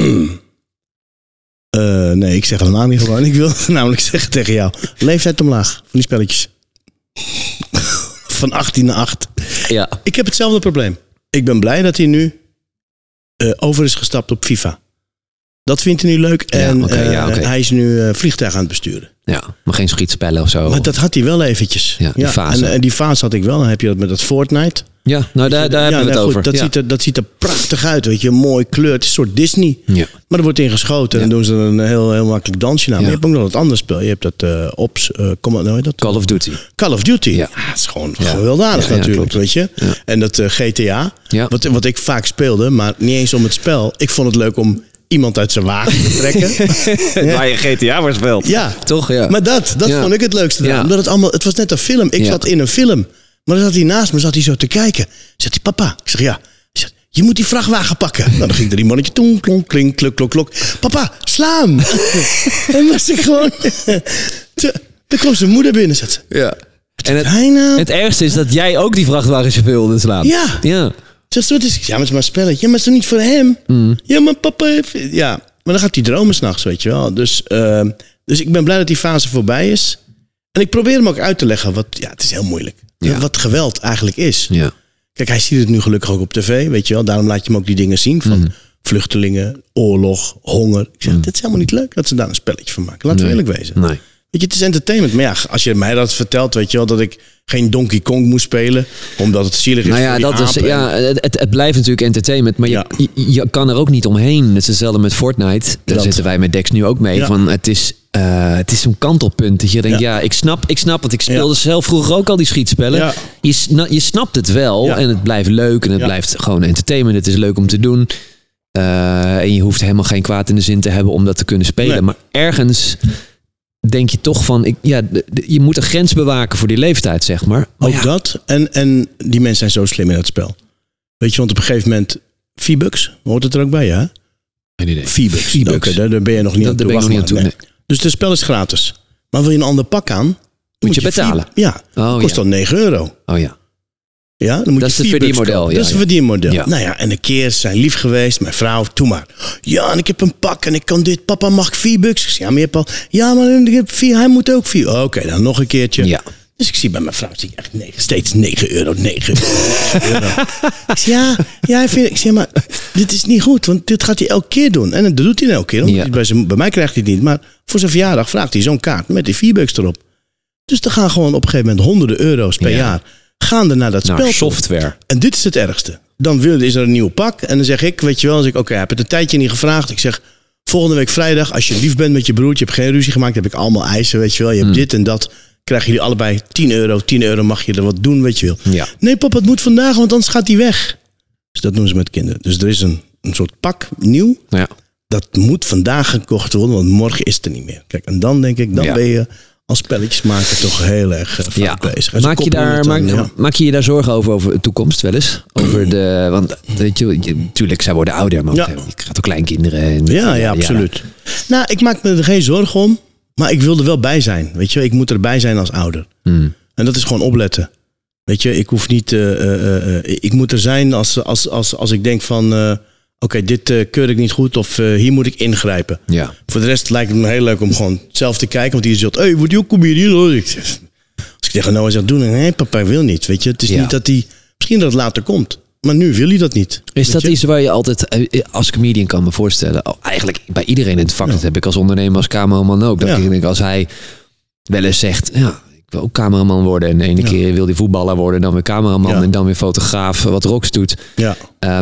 nee, ik zeg helemaal niet gewoon. Ik wil namelijk zeggen tegen jou, leeftijd omlaag van die spelletjes. Van 18 naar 8. Ja. Ik heb hetzelfde probleem. Ik ben blij dat hij nu over is gestapt op FIFA. Dat vindt hij nu leuk. En hij is nu vliegtuig aan het besturen. Ja, maar geen schietspellen of zo. Maar dat had hij wel eventjes. Ja, die fase. En die fase had ik wel. Dan heb je dat met dat Fortnite. Ja, nou daar hebben we het over. Dat ziet er prachtig uit, weet je. Mooi kleur. Het is een soort Disney. Ja. Maar er wordt in geschoten en dan doen ze er een heel makkelijk dansje naar. Maar je hebt ook nog wat anders spel. Je hebt dat Call of Duty. Call of Duty. Ja, het is gewoon gewelddadig natuurlijk, weet je. Ja. En dat GTA, wat ik vaak speelde, maar niet eens om het spel. Ik vond het leuk om iemand uit zijn wagen te trekken. Waar je GTA maar speelt. Ja, toch? Ja. Maar dat vond ik het leukste. Ja. Omdat het was net een film. Ik zat in een film. Maar dan zat hij naast me, zo te kijken. Zegt hij, papa. Ik zeg, ja. Hij zegt, je moet die vrachtwagen pakken. Nou, dan ging er die mannetje, toen, klonk, klink, klok, klok, klok. Papa, sla hem. En was ik gewoon... Toen kwam zijn moeder binnen, zegt ze. Ja. En het ergste is dat jij ook die vrachtwagenchauffeur wilde slaan. Ja. Zegt ze, wat is... Ja, maar het is maar een spelletje. Ja, maar het is toch niet voor hem? Ja, maar papa heeft... Ja, maar dan gaat hij dromen 's nachts, weet je wel. Dus ik ben blij dat die fase voorbij is. En ik probeer hem ook uit te leggen. Het is heel moeilijk. Ja. Wat geweld eigenlijk is. Ja. Kijk, hij ziet het nu gelukkig ook op tv, weet je wel. Daarom laat je hem ook die dingen zien van vluchtelingen, oorlog, honger. Ik zeg, dit is helemaal niet leuk dat ze daar een spelletje van maken. Laten we eerlijk wezen. Nee. Weet je, het is entertainment. Maar ja, als je mij dat vertelt, weet je wel, dat ik geen Donkey Kong moest spelen, omdat het zielig is. Nou ja, het blijft natuurlijk entertainment, maar je kan er ook niet omheen. Het is hetzelfde met Fortnite. Daar zitten wij met Dex nu ook mee. Ja. Van, het is zo'n kantelpunt dat je denkt, ik snap, want ik speelde zelf vroeger ook al die schietspellen. Ja. Je snapt het wel en het blijft leuk en het blijft gewoon entertainment. Het is leuk om te doen. En je hoeft helemaal geen kwaad in de zin te hebben om dat te kunnen spelen. Nee. Maar ergens denk je toch van, je moet een grens bewaken voor die leeftijd, zeg maar. Ook dat. En die mensen zijn zo slim in het spel. Weet je, want op een gegeven moment, V-Bucks, hoort het er ook bij, ja? Geen idee. V-Bucks. Daar ben je nog niet aan toe. Nee. Dus het spel is gratis. Maar wil je een ander pak aan, moet je betalen. Kost dan €9. Oh ja. Ja, dan moet dat is het verdienmodel. Dat is het verdienmodel. Ja. Nou ja, en een keer zijn lief geweest, mijn vrouw, doe maar. Ja, en ik heb een pak en ik kan dit. Papa, mag ik V-Bucks? Ja, maar je hebt al... Ja, maar hij moet ook 4. Oké, dan nog een keertje. Ja. Dus ik zie bij mijn vrouw, echt steeds €9. Ik zeg, ik zeg, maar dit is niet goed, want dit gaat hij elke keer doen. En dat doet hij elke keer. Bij mij krijgt hij het niet, maar voor zijn verjaardag vraagt hij zo'n kaart met die V-Bucks erop. Dus er gaan gewoon op een gegeven moment honderden euro's per jaar gaande naar dat spel. Software. En dit is het ergste. Dan is er een nieuw pak. En dan zeg ik, weet je wel, ik heb het een tijdje niet gevraagd. Ik zeg, volgende week vrijdag, als je lief bent met je broertje, je hebt geen ruzie gemaakt, heb ik allemaal eisen, weet je wel. Je hebt dit en dat. Krijgen jullie allebei €10 mag je er wat doen, weet je wel. Ja. Nee, papa, het moet vandaag, want anders gaat hij weg. Dus dat doen ze met kinderen. Dus er is een soort pak, nieuw. Ja. Dat moet vandaag gekocht worden, want morgen is het er niet meer. Kijk, en dan denk ik, ben je als spelletjesmaker toch heel erg fout bezig. Maak je daar zorgen over de toekomst wel eens? Want weet je, natuurlijk, zij worden ouder, maar je krijgt ook kleinkinderen. Ja, absoluut. Nou, ik maak me er geen zorgen om, maar ik wil er wel bij zijn. Weet je, ik moet erbij zijn als ouder. En dat is gewoon opletten. Weet je, ik hoef niet... ik moet er zijn als ik denk van... Oké, dit keur ik niet goed of hier moet ik ingrijpen. Ja. Voor de rest lijkt het me heel leuk om gewoon zelf te kijken. Want die zegt, hey, word je ook comedian? Als ik tegen Noah zeg, nee papa, ik wil niet. Weet je, het is niet dat hij... Misschien dat het later komt. Maar nu wil hij dat niet. Is dat iets waar je altijd als comedian kan me voorstellen? Eigenlijk bij iedereen in het vak. Dat heb ik als ondernemer, als cameraman ook. Dat ik denk, als hij wel eens zegt... ik wil ook cameraman worden. En de ene keer wil hij voetballer worden. Dan weer cameraman en dan weer fotograaf. Wat Rox doet. Ja.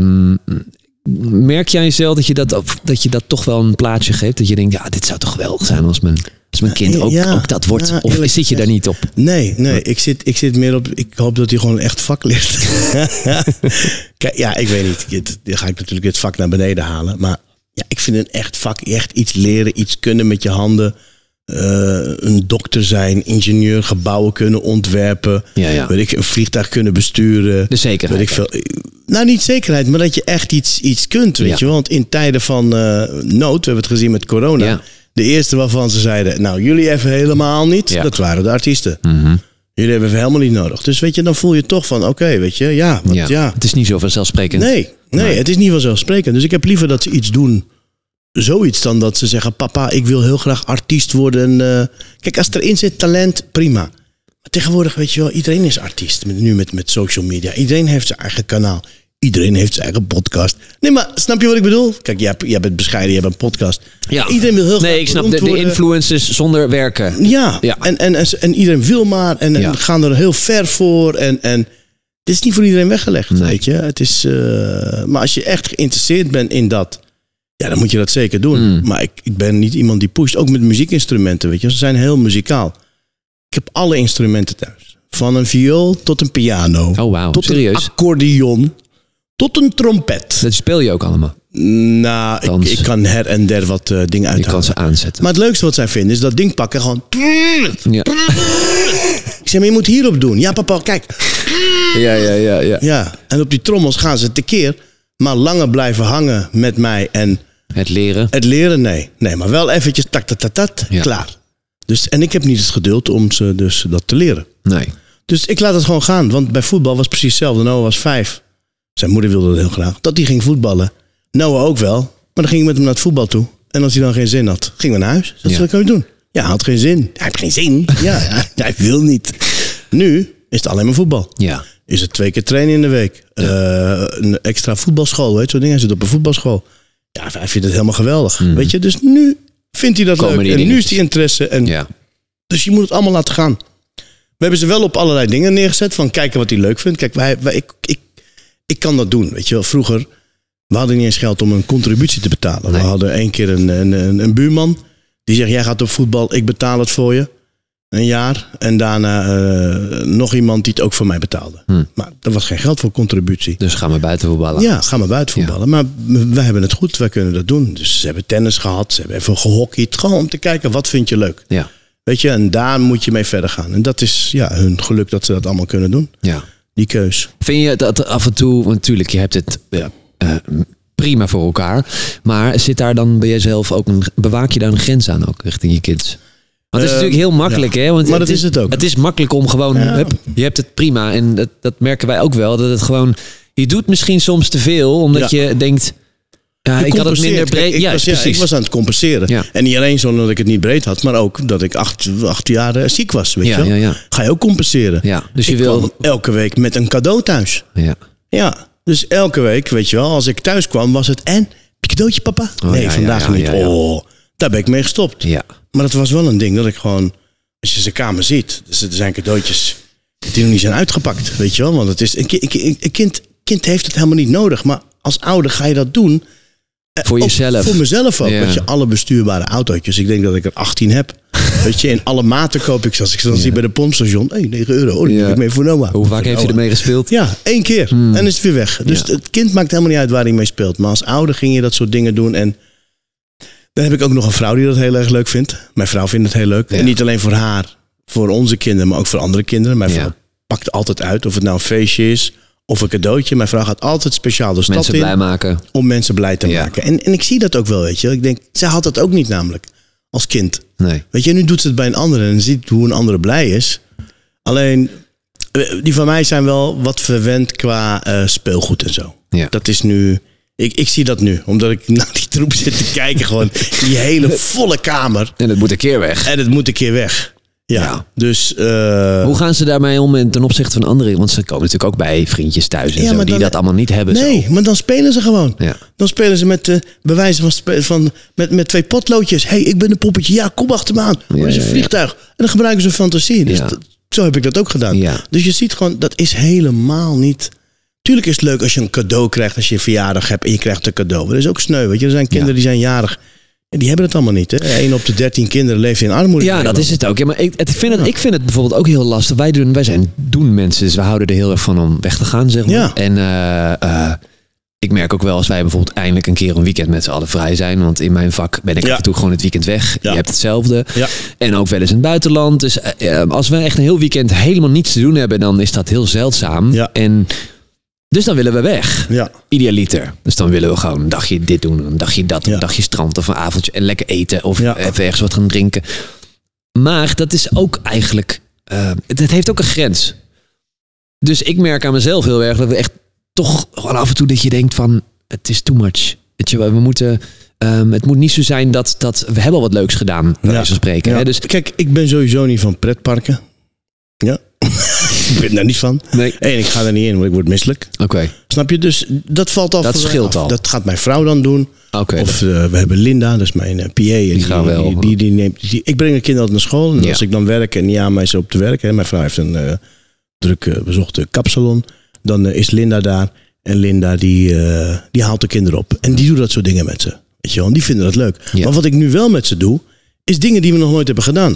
Merk jij jezelf dat je dat toch wel een plaatsje geeft? Dat je denkt, dit zou toch geweldig zijn als mijn kind ook dat wordt? Of zit je daar niet op? Nee. Ik zit meer op... Ik hoop dat hij gewoon echt vak leert. Kijk, ik weet niet. Dan ga ik natuurlijk het vak naar beneden halen. Maar ik vind een echt vak, echt iets leren, iets kunnen met je handen. Een dokter zijn, ingenieur, gebouwen kunnen ontwerpen. Weet ik, een vliegtuig kunnen besturen. De zekerheid. Weet ik veel. Nou, niet zekerheid, maar dat je echt iets kunt, weet je. Want in tijden van nood, we hebben het gezien met corona. Ja. De eerste waarvan ze zeiden, nou, jullie even helemaal niet. Ja. Dat waren de artiesten. Mm-hmm. Jullie hebben even helemaal niet nodig. Dus weet je, dan voel je toch van, oké, weet je, Het is niet zo vanzelfsprekend. Nee, het is niet vanzelfsprekend. Dus ik heb liever dat ze iets doen... Zoiets dan dat ze zeggen, papa, ik wil heel graag artiest worden. Kijk, als erin zit talent, prima. Maar tegenwoordig, weet je wel, iedereen is artiest. Nu met social media. Iedereen heeft zijn eigen kanaal. Iedereen heeft zijn eigen podcast. Nee, maar snap je wat ik bedoel? Kijk, jij bent bescheiden, je hebt een podcast. Ja. Iedereen wil heel graag ik snap de influencers zonder werken. Ja. En iedereen wil maar. En gaan er heel ver voor. En het is niet voor iedereen weggelegd, weet je. Het is, maar als je echt geïnteresseerd bent in dat... Ja, dan moet je dat zeker doen. Maar ik ben niet iemand die pusht. Ook met muziekinstrumenten, weet je. Ze zijn heel muzikaal. Ik heb alle instrumenten thuis. Van een viool tot een piano. Oh, wauw. Tot serieus? Een accordeon. Tot een trompet. Dat speel je ook allemaal? Nou, ik kan her en der wat dingen uithalen. Je kan ze aanzetten. Maar het leukste wat zij vinden is dat ding pakken. Gewoon... Ja. Ik zeg, maar je moet hierop doen. Ja, papa, kijk. Ja. En op die trommels gaan ze tekeer. Maar langer blijven hangen met mij en... Het leren? Het leren, nee. Nee, maar wel eventjes klaar. Dus, en ik heb niet het geduld om ze dus dat te leren. Nee. Dus ik laat het gewoon gaan. Want bij voetbal was precies hetzelfde. Noah was 5. Zijn moeder wilde dat heel graag. Dat hij ging voetballen. Noah ook wel. Maar dan ging ik met hem naar het voetbal toe. En als hij dan geen zin had, gingen we naar huis. Wat kan je doen? Ja, hij had geen zin. Hij heeft geen zin. Hij wil niet. Nu is het alleen maar voetbal. Ja. Is het 2 keer trainen in de week. Een extra voetbalschool, weet je, zo'n ding. Hij zit op een voetbalschool. Ja, hij vindt het helemaal geweldig. Weet je, dus nu vindt hij dat leuk. En nu is die interesse. En dus je moet het allemaal laten gaan. We hebben ze wel op allerlei dingen neergezet. Van kijken wat hij leuk vindt. Kijk, ik kan dat doen. Weet je wel, vroeger, we hadden niet eens geld om een contributie te betalen. Nee. We hadden 1 keer een buurman. Die zegt, jij gaat op voetbal, ik betaal het voor je. Een jaar. En daarna nog iemand die het ook voor mij betaalde. Maar er was geen geld voor contributie. Dus gaan we buiten voetballen. Ja, gaan we buiten voetballen. Ja. Maar wij hebben het goed. Wij kunnen dat doen. Dus ze hebben tennis gehad. Ze hebben even gehockeyd. Gewoon om te kijken, wat vind je leuk? Ja. Weet je, en daar moet je mee verder gaan. En dat is hun geluk dat ze dat allemaal kunnen doen. Ja. Die keus. Vind je dat af en toe... Want natuurlijk, je hebt het prima voor elkaar. Maar zit daar dan bij jezelf ook bewaak je daar een grens aan ook richting je kids? Want het is natuurlijk heel makkelijk, hè? Want maar dat is het ook. Het is makkelijk om gewoon... je hebt het prima. En dat merken wij ook wel. Dat het gewoon... Je doet misschien soms te veel, omdat je denkt... Ja, ik had het minder breed. Ik was aan het compenseren. Ja. En niet alleen zo dat ik het niet breed had, maar ook dat ik 8 jaar ziek was. Weet je wel? Ja. Ga je ook compenseren. Ja. Dus je wil elke week met een cadeau thuis. Ja. Dus elke week, weet je wel, als ik thuis kwam, was het... En? Heb je cadeautje, papa? Nee, vandaag niet. Oh, daar ben ik mee gestopt. Ja. Maar het was wel een ding dat ik gewoon... Als je zijn kamer ziet, dus er zijn cadeautjes die nog niet zijn uitgepakt. Weet je wel? Want het is een kind heeft het helemaal niet nodig. Maar als ouder ga je dat doen... Voor jezelf. Voor mezelf ook. Ja. Weet je, alle bestuurbare autootjes. Ik denk dat ik er 18 heb. Weet je, in alle maten koop ik. Als ik ze dan zie bij de pompstation. Hey, €9. Oh, die heb ik mee voor Noah. Hoe vaak heeft je ermee gespeeld? Ja, 1 keer. En is het weer weg. Dus het kind maakt helemaal niet uit waar hij mee speelt. Maar als ouder ging je dat soort dingen doen. En dan heb ik ook nog een vrouw die dat heel erg leuk vindt. Mijn vrouw vindt het heel leuk. Ja. En niet alleen voor haar. Voor onze kinderen, maar ook voor andere kinderen. Mijn vrouw pakt altijd uit of het nou een feestje is of een cadeautje. Mijn vrouw gaat altijd speciaal de stad mensen in. Blij maken. Om mensen blij te maken. En ik zie dat ook wel, weet je. Ik denk, zij had dat ook niet namelijk. Als kind. Nee. Weet je, nu doet ze het bij een andere en ziet hoe een andere blij is. Alleen, die van mij zijn wel wat verwend qua speelgoed en zo. Ja. Dat is nu... Ik zie dat nu, omdat ik naar die troep zit te kijken. Gewoon die hele volle kamer. En het moet een keer weg. En het moet een keer weg. Ja. Dus... Hoe gaan ze daarmee om ten opzichte van anderen? Want ze komen natuurlijk ook bij vriendjes thuis en zo, die dat allemaal niet hebben. Nee, maar dan spelen ze gewoon. Ja. Dan spelen ze met bewijzen van met 2 potloodjes. Hey, ik ben een poppetje. Ja, kom achter me aan. Dat is een vliegtuig. En dan gebruiken ze fantasie. Dus zo heb ik dat ook gedaan. Ja. Dus je ziet gewoon, dat is helemaal niet... Tuurlijk is het leuk als je een cadeau krijgt als je een verjaardag hebt en je krijgt een cadeau. Dat is ook sneu, weet je. Er zijn kinderen die zijn jarig. En die hebben het allemaal niet. Hè? 1 op de 13 kinderen leeft in armoede. Ja, dat is het ook. Ja, maar ik vind het bijvoorbeeld ook heel lastig. Wij zijn mensen, dus we houden er heel erg van om weg te gaan, zeg maar. Ja. En ik merk ook wel als wij bijvoorbeeld eindelijk een keer een weekend met z'n allen vrij zijn. Want in mijn vak ben ik af en toe gewoon het weekend weg. Ja. Je hebt hetzelfde. Ja. En ook wel eens in het buitenland. Dus als we echt een heel weekend helemaal niets te doen hebben, dan is dat heel zeldzaam. Ja. Dus dan willen we weg. Ja. Idealiter. Dus dan willen we gewoon een dagje dit doen, een dagje dat, een dagje strand of een avondje en lekker eten of even ergens wat gaan drinken. Maar dat is ook eigenlijk, het heeft ook een grens. Dus ik merk aan mezelf heel erg dat we echt toch gewoon af en toe dat je denkt van, het is too much. Weet je, we moeten, het moet niet zo zijn dat we hebben al wat leuks gedaan, bij wijze van spreken. Ja. Hè? Dus, kijk, ik ben sowieso niet van pretparken. Ja. Ik ben daar niet van. Nee. En ik ga er niet in, want ik word misselijk. Okay. Snap je? Dus dat valt al. Dat scheelt al. Dat gaat mijn vrouw dan doen. Okay, of we hebben Linda, dat is mijn PA. Die neemt. Ik breng de kinderen altijd naar school. En als ik dan werk en niet aan mij op te werken. Mijn vrouw heeft een druk bezochte kapsalon. Dan is Linda daar. En Linda die haalt de kinderen op. En die doet dat soort dingen met ze. Weet je wel? En die vinden dat leuk. Ja. Maar wat ik nu wel met ze doe, is dingen die we nog nooit hebben gedaan.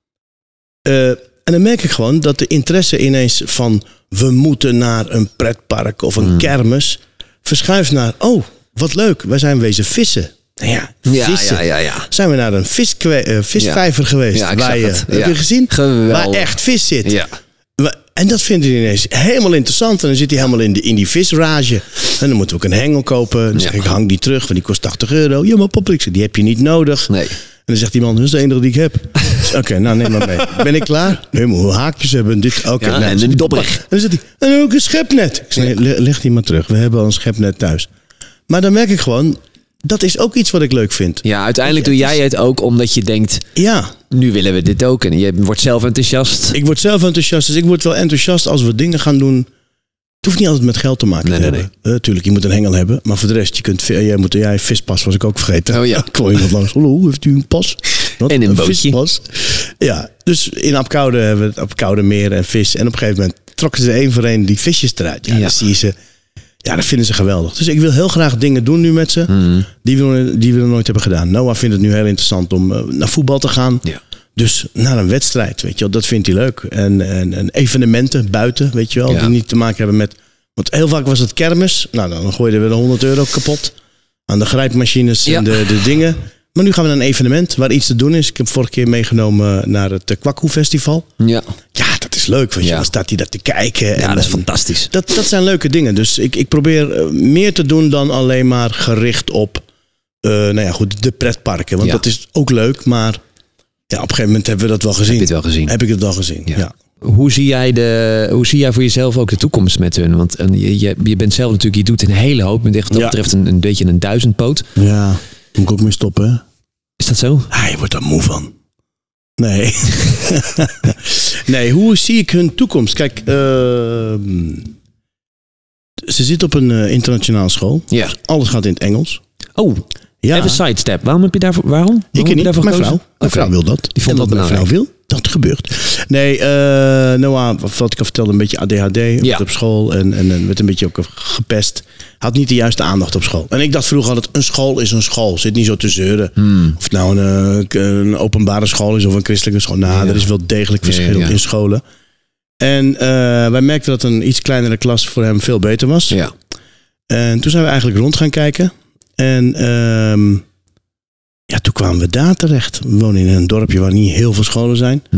En dan merk ik gewoon dat de interesse ineens van we moeten naar een pretpark of een kermis verschuift naar, oh, wat leuk, wij zijn wezen vissen. Nou ja, vissen. Ja. Zijn we naar een visvijver geweest. Ja, heb je gezien? Geweldig. Waar echt vis zit. Ja. En dat vinden die ineens helemaal interessant. En dan zit hij helemaal in die visrage. En dan moeten we ook een hengel kopen. Dan zeg ik, hang die terug, want die kost €80. Ja, maar pop, die heb je niet nodig. Nee. En dan zegt die man, dat is de enige die ik heb. Oké, nou neem maar mee. Ben ik klaar? Nee, maar hoe haakjes hebben dit? En die dopper. En dan zegt hij, en ook een schepnet. Ik zeg, leg die maar terug. We hebben al een schepnet thuis. Maar dan merk ik gewoon, dat is ook iets wat ik leuk vind. Ja, uiteindelijk doe jij het ook omdat je denkt, nu willen we dit ook. En je wordt zelf enthousiast. Ik word zelf enthousiast. Dus ik word wel enthousiast als we dingen gaan doen. Het hoeft niet altijd met geld te maken te hebben. Tuurlijk, je moet een hengel hebben. Maar voor de rest, jij vispas was ik ook vergeten. Oh ja. Ik kwam iemand langs. Hallo, heeft u een pas? En een bootje. Vispas. Ja, dus in Apkoude hebben we het Apkoude meer en vis. En op een gegeven moment trokken ze 1 voor 1 die visjes eruit. Ja, dan zie je ze. Ja, dat vinden ze geweldig. Dus ik wil heel graag dingen doen nu met ze. Die we nog nooit hebben gedaan. Noah vindt het nu heel interessant om naar voetbal te gaan. Ja. Dus naar een wedstrijd, weet je wel. Dat vindt hij leuk. En evenementen buiten, weet je wel. Die niet te maken hebben met... Want heel vaak was het kermis. Nou, dan gooiden we de €100 kapot. Aan de grijpmachines en de dingen. Maar nu gaan we naar een evenement waar iets te doen is. Ik heb vorige keer meegenomen naar het Kwakkoe Festival. Ja, dat is leuk. Want dan staat hij daar te kijken. Ja, dat is fantastisch. Dat zijn leuke dingen. Dus ik probeer meer te doen dan alleen maar gericht op de pretparken. Want dat is ook leuk, maar... Ja, op een gegeven moment hebben we dat wel gezien. Heb je het wel gezien? Heb ik het wel gezien, ja. Hoe zie jij voor jezelf ook de toekomst met hun? Want je bent zelf natuurlijk, je doet een hele hoop. Je bent echt wat dat betreft een beetje een duizendpoot. Ja, moet ik ook mee stoppen, hè? Is dat zo? Je wordt daar moe van. Nee. Nee, hoe zie ik hun toekomst? Kijk, ze zit op een internationale school. Ja. Alles gaat in het Engels. Oh, ja. Even sidestep. Waarom heb je daarvoor? Waarom? Ik niet. Mijn vrouw wil dat. Die vond dat mijn vrouw wil. Dat gebeurt. Nee, Noah, wat ik al vertelde, een beetje ADHD. Ja. Op school en werd een beetje ook gepest. Had niet de juiste aandacht op school. En ik dacht vroeger altijd, een school is een school. Zit niet zo te zeuren. Of het nou een openbare school is of een christelijke school. Er is wel degelijk verschil in scholen. En wij merkten dat een iets kleinere klas voor hem veel beter was. Ja. En toen zijn we eigenlijk rond gaan kijken. En toen kwamen we daar terecht. We wonen in een dorpje waar niet heel veel scholen zijn. Nee.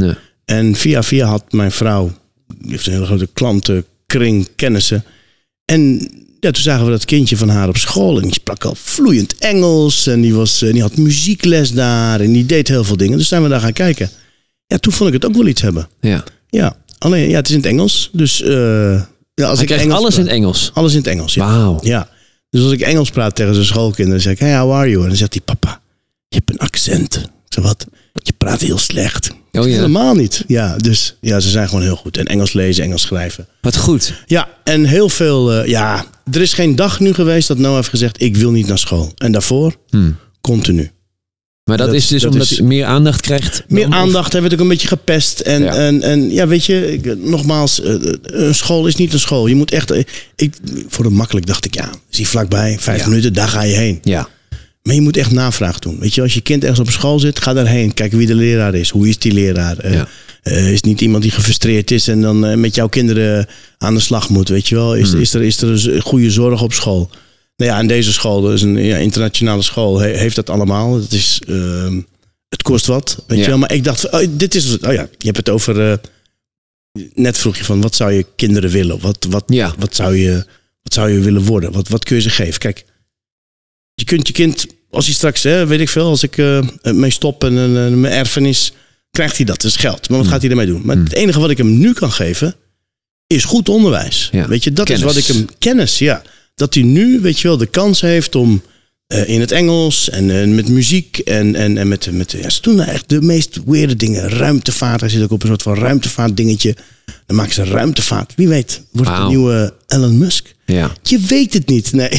En via had mijn vrouw, die heeft een hele grote klantenkring, kennissen. En ja, toen zagen we dat kindje van haar op school. En die sprak al vloeiend Engels. En die had muziekles daar. En die deed heel veel dingen. Dus zijn we daar gaan kijken. Ja, toen vond ik het ook wel iets hebben. Ja, alleen het is in het Engels. Dus als ik Engels alles in het Engels? Alles in het Engels, ja. Wauw. Ja. Dus als ik Engels praat tegen zijn schoolkinderen, zeg ik, hey, how are you? En dan zegt hij, papa, je hebt een accent. Ik zeg, wat? Je praat heel slecht. Helemaal niet. Ja, dus ja, ze zijn gewoon heel goed. En Engels lezen, Engels schrijven. Wat goed. Ja, en heel veel, er is geen dag nu geweest dat Noah heeft gezegd, ik wil niet naar school. En daarvoor, continu. Maar dat is dus omdat hij meer aandacht krijgt? Meer aandacht, hij werd ook een beetje gepest. En weet je, nogmaals, een school is niet een school. Je moet echt, voor het makkelijk dacht ik, is hij vlakbij, 5 minuten, daar ga je heen. Ja. Maar je moet echt navraag doen. Weet je, als je kind ergens op school zit, ga daarheen. Kijk wie de leraar is. Hoe is die leraar? Is het niet iemand die gefrustreerd is en dan met jouw kinderen aan de slag moet? Weet je wel? Is er een goede zorg op school? Nou ja, en deze school, dat is een internationale school, heeft dat allemaal. Het is, het kost wat, weet je wel. Maar ik dacht, dit is het. Oh ja, je hebt het over. Net vroeg je van, wat zou je kinderen willen? Wat zou je willen worden? Wat kun je ze geven? Kijk, je kunt je kind, als hij straks, weet ik veel, als ik mee stop en mijn erfenis, krijgt hij dat. Dat is geld. Maar wat gaat hij ermee doen? Maar het enige wat ik hem nu kan geven, is goed onderwijs. Ja. Weet je, dat kennis. Is wat ik hem kennis, ja. Dat hij nu, weet je wel, de kans heeft om in het Engels en met muziek en met ze doen echt de meest weirde dingen. Ruimtevaart, hij zit ook op een soort van ruimtevaart dingetje. Dan maken ze ruimtevaart. Wie weet, wordt het de nieuwe Elon Musk? Ja. Je weet het niet, nee.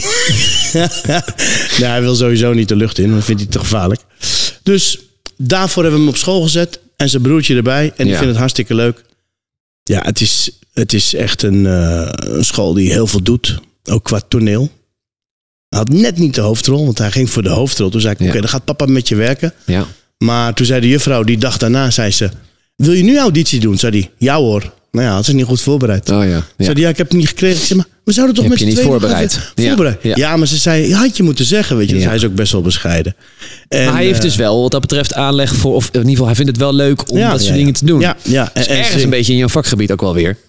Hij wil sowieso niet de lucht in, want vindt hij te gevaarlijk. Dus daarvoor hebben we hem op school gezet en zijn broertje erbij. En die vindt het hartstikke leuk. Ja, het is echt een school die heel veel doet. Ook qua toneel. Hij had net niet de hoofdrol, want hij ging voor de hoofdrol. Toen zei ik, oké, dan gaat papa met je werken. Ja. Maar toen zei de juffrouw, die dag daarna, zei ze, wil je nu auditie doen? Zei die, ja hoor. Nou ja, had ze niet goed voorbereid. Oh, ja. Zei die, ik heb het niet gekregen. Ik zei, maar we zouden toch met z'n tweeën voorbereid? Ja, maar ze zei, had je moeten zeggen, weet je. Dus hij is ook best wel bescheiden. En, maar hij heeft dus wel wat dat betreft aanleg voor, of in ieder geval, hij vindt het wel leuk om dat soort dingen te doen. Ja. Dus ergens een beetje in jouw vakgebied ook wel weer.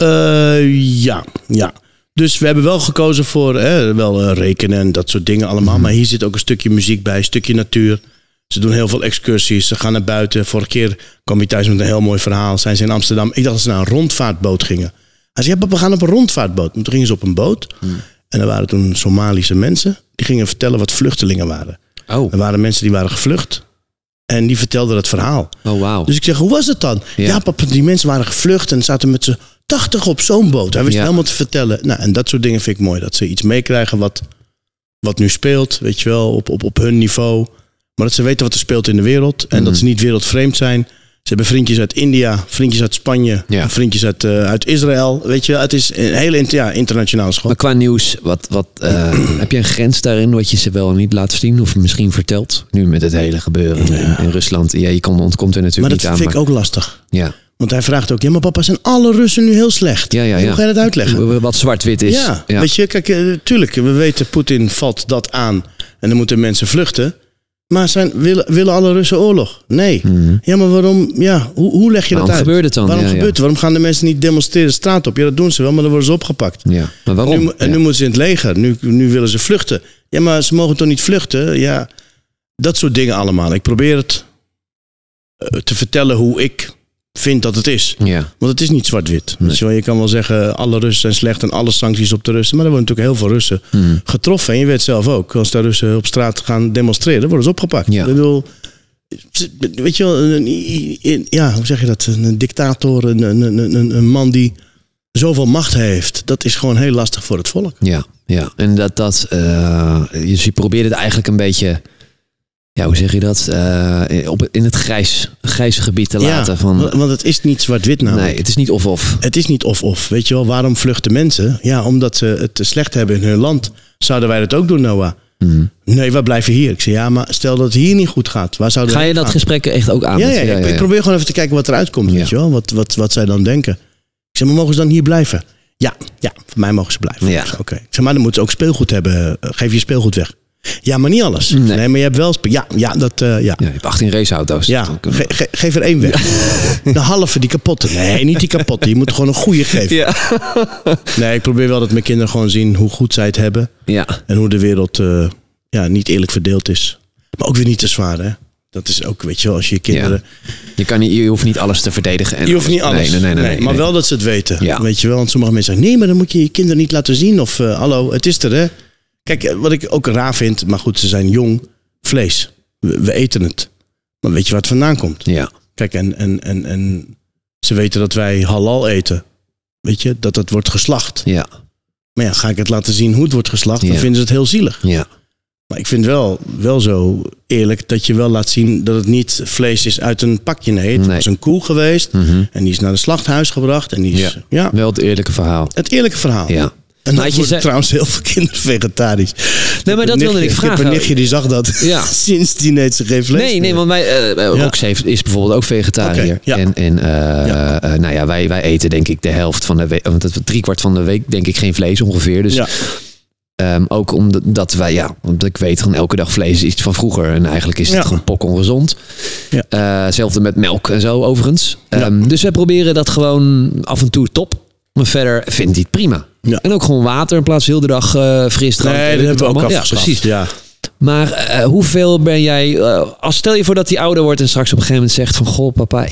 Ja. Dus we hebben wel gekozen voor wel rekenen en dat soort dingen allemaal. Maar hier zit ook een stukje muziek bij, een stukje natuur. Ze doen heel veel excursies, ze gaan naar buiten. Vorige keer kwam hij thuis met een heel mooi verhaal. Zijn ze in Amsterdam. Ik dacht dat ze naar een rondvaartboot gingen. Hij zei, papa, we gaan op een rondvaartboot. En toen gingen ze op een boot. En er waren toen Somalische mensen. Die gingen vertellen wat vluchtelingen waren. Er waren mensen die waren gevlucht. En die vertelden het verhaal. Oh, wow. Dus ik zeg, hoe was het dan? Ja, papa, die mensen waren gevlucht en zaten met z'n 80 op zo'n boot. Hij wist helemaal te vertellen. Nou, en dat soort dingen vind ik mooi. Dat ze iets meekrijgen wat nu speelt. Weet je wel, op hun niveau. Maar dat ze weten wat er speelt in de wereld. En dat ze niet wereldvreemd zijn. Ze hebben vriendjes uit India, vriendjes uit Spanje, vriendjes uit Israël. Weet je, het is een hele internationale school. Maar qua nieuws, heb je een grens daarin wat je ze wel niet laat zien of misschien vertelt? Nu met het hele gebeuren in Rusland. Ja, je ontkomt er natuurlijk niet aan. Maar dat vind ik ook lastig. Ja. Want hij vraagt ook, maar papa, zijn alle Russen nu heel slecht? Ja. Hoe ga je dat uitleggen? Wat zwart-wit is. Ja. Weet je, kijk, tuurlijk, we weten, Poetin valt dat aan. En dan moeten mensen vluchten. Maar willen alle Russen oorlog? Nee. Ja, maar waarom? Ja, hoe leg je dat uit? Waarom gebeurt het dan? Waarom gebeurt het? Waarom gaan de mensen niet demonstreren de straat op? Ja, dat doen ze wel, maar dan worden ze opgepakt. Ja. Maar waarom? Nu moeten ze in het leger. Nu willen ze vluchten. Ja, maar ze mogen toch niet vluchten? Ja, dat soort dingen allemaal. Ik probeer het te vertellen hoe ik vind dat het is. Ja. Want het is niet zwart-wit. Nee. Dus je kan wel zeggen, alle Russen zijn slecht en alle sancties op de Russen. Maar er worden natuurlijk heel veel Russen getroffen. En je weet zelf ook, als de Russen op straat gaan demonstreren, worden ze opgepakt. Ja. Ik bedoel, weet je wel, hoe zeg je dat? Een dictator, een man die zoveel macht heeft. Dat is gewoon heel lastig voor het volk. Ja. En je probeert het eigenlijk een beetje... Ja, hoe zeg je dat? In het grijze gebied te laten. Want het is niet zwart-wit namelijk. Nee, het is niet of-of. Het is niet of-of. Weet je wel, waarom vluchten mensen? Ja, omdat ze het slecht hebben in hun land. Zouden wij dat ook doen, Noah? Nee, we blijven hier. Ik zeg, ja, maar stel dat het hier niet goed gaat. Waar zouden Ga je dat gesprek echt ook aan? Ja. Ik probeer gewoon even te kijken wat eruit komt. Weet je wel? Wat zij dan denken. Ik zeg, maar mogen ze dan hier blijven? Ja, voor mij mogen ze blijven. Ja. Oké. Ik zeg, maar dan moeten ze ook speelgoed hebben. Geef je speelgoed weg. Ja, maar niet alles. Nee, maar je hebt wel... Ja, je hebt 18 raceauto's. Ja, geef er 1 weg. De halve, die kapotte. Nee, niet die kapotte. Je moet gewoon een goede geven. Ja. Nee, ik probeer wel dat mijn kinderen gewoon zien hoe goed zij het hebben. Ja. En hoe de wereld niet eerlijk verdeeld is. Maar ook weer niet te zwaar, hè. Dat is ook, weet je wel, als je kinderen... Ja. Je hoeft niet alles te verdedigen. En je hoeft niet alles. Nee, maar wel dat ze het weten. Ja. Weet je wel, want sommige mensen zeggen... Nee, maar dan moet je je kinderen niet laten zien. Of, hallo, het is er, hè. Kijk, wat ik ook raar vind... Maar goed, ze zijn jong. Vlees. We eten het. Maar weet je waar het vandaan komt? Ja. Kijk, en ze weten dat wij halal eten. Weet je, dat het wordt geslacht. Ja. Maar ja, ga ik het laten zien hoe het wordt geslacht... Dan vinden ze het heel zielig. Ja. Maar ik vind wel zo eerlijk dat je wel laat zien dat het niet vlees is uit een pakje. Nee, het was een koe geweest en die is naar het slachthuis gebracht. En die is, wel het eerlijke verhaal. Het eerlijke verhaal. Ja. En dan worden trouwens heel veel kinderen vegetarisch. Nee, maar dat wilde ik vragen. Ik heb een nichtje die zag dat sinds die neemt ze geen vlees. Nee, want Rox is bijvoorbeeld ook vegetariër. Okay, ja. Wij eten denk ik de helft van de week, want 3/4 van de week denk ik geen vlees ongeveer. Dus ook omdat want ik weet gewoon elke dag vlees is iets van vroeger. En eigenlijk is het gewoon pokongezond. Ja. Hetzelfde met melk en zo overigens. Dus wij proberen dat gewoon af en toe top. Maar verder vindt hij het prima. Ja. En ook gewoon water in plaats van heel de dag fris drank. Nee, dat hebben we ook afgeschaft. Ja, precies. Ja. Maar hoeveel ben jij... stel je voor dat hij ouder wordt en straks op een gegeven moment zegt van... Goh, papa,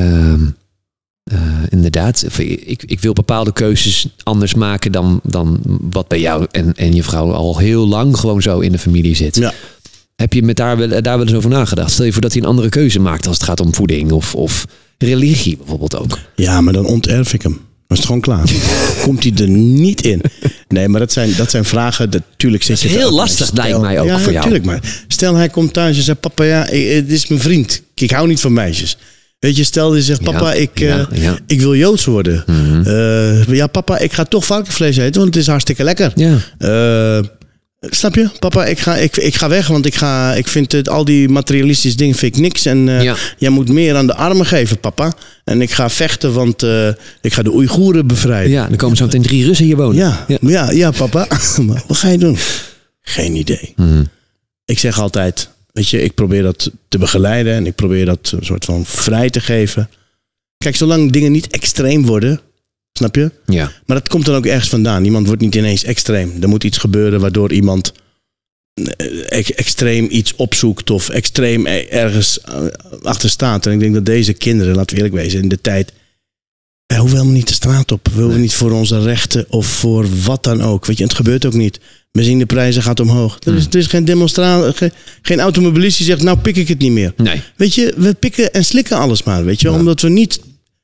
inderdaad. Ik wil bepaalde keuzes anders maken dan wat bij jou en je vrouw al heel lang gewoon zo in de familie zit. Ja. Heb je met daar wel eens over nagedacht? Stel je voor dat hij een andere keuze maakt als het gaat om voeding of religie bijvoorbeeld ook. Ja, maar dan onterf ik hem. Dan is het gewoon klaar. Komt hij er niet in. Nee, maar dat zijn vragen. Natuurlijk zit je heel lastig, lijkt mij ook voor jou. Ja, natuurlijk. Maar stel hij komt thuis en zegt... Papa, dit is mijn vriend. Ik hou niet van meisjes. Weet je, stel je zegt... Papa, ik wil Joods worden. Mm-hmm. Papa, ik ga toch varkensvlees eten. Want het is hartstikke lekker. Ja. Snap je? Papa, ik ga weg. Want ik vind al die materialistische dingen vind ik niks. En jij moet meer aan de armen geven, papa. En ik ga vechten, want ik ga de Oeigoeren bevrijden. Ja, dan komen zo meteen 3 Russen hier wonen. Ja, papa. Maar wat ga je doen? Geen idee. Mm-hmm. Ik zeg altijd... Weet je, ik probeer dat te begeleiden. En ik probeer dat een soort van vrij te geven. Kijk, zolang dingen niet extreem worden... Snap je? Ja. Maar dat komt dan ook ergens vandaan. Iemand wordt niet ineens extreem. Er moet iets gebeuren waardoor iemand extreem iets opzoekt of extreem ergens achter staat. En ik denk dat deze kinderen, laten we eerlijk wezen, in de tijd... Wij hoeven helemaal niet de straat op. We hoeven niet voor onze rechten of voor wat dan ook. Weet je, het gebeurt ook niet. Benzineprijzen gaat omhoog. Er is geen demonstratie, geen automobilist die zegt, nou pik ik het niet meer. Nee. Weet je, we pikken en slikken alles maar. Weet je, omdat we niet...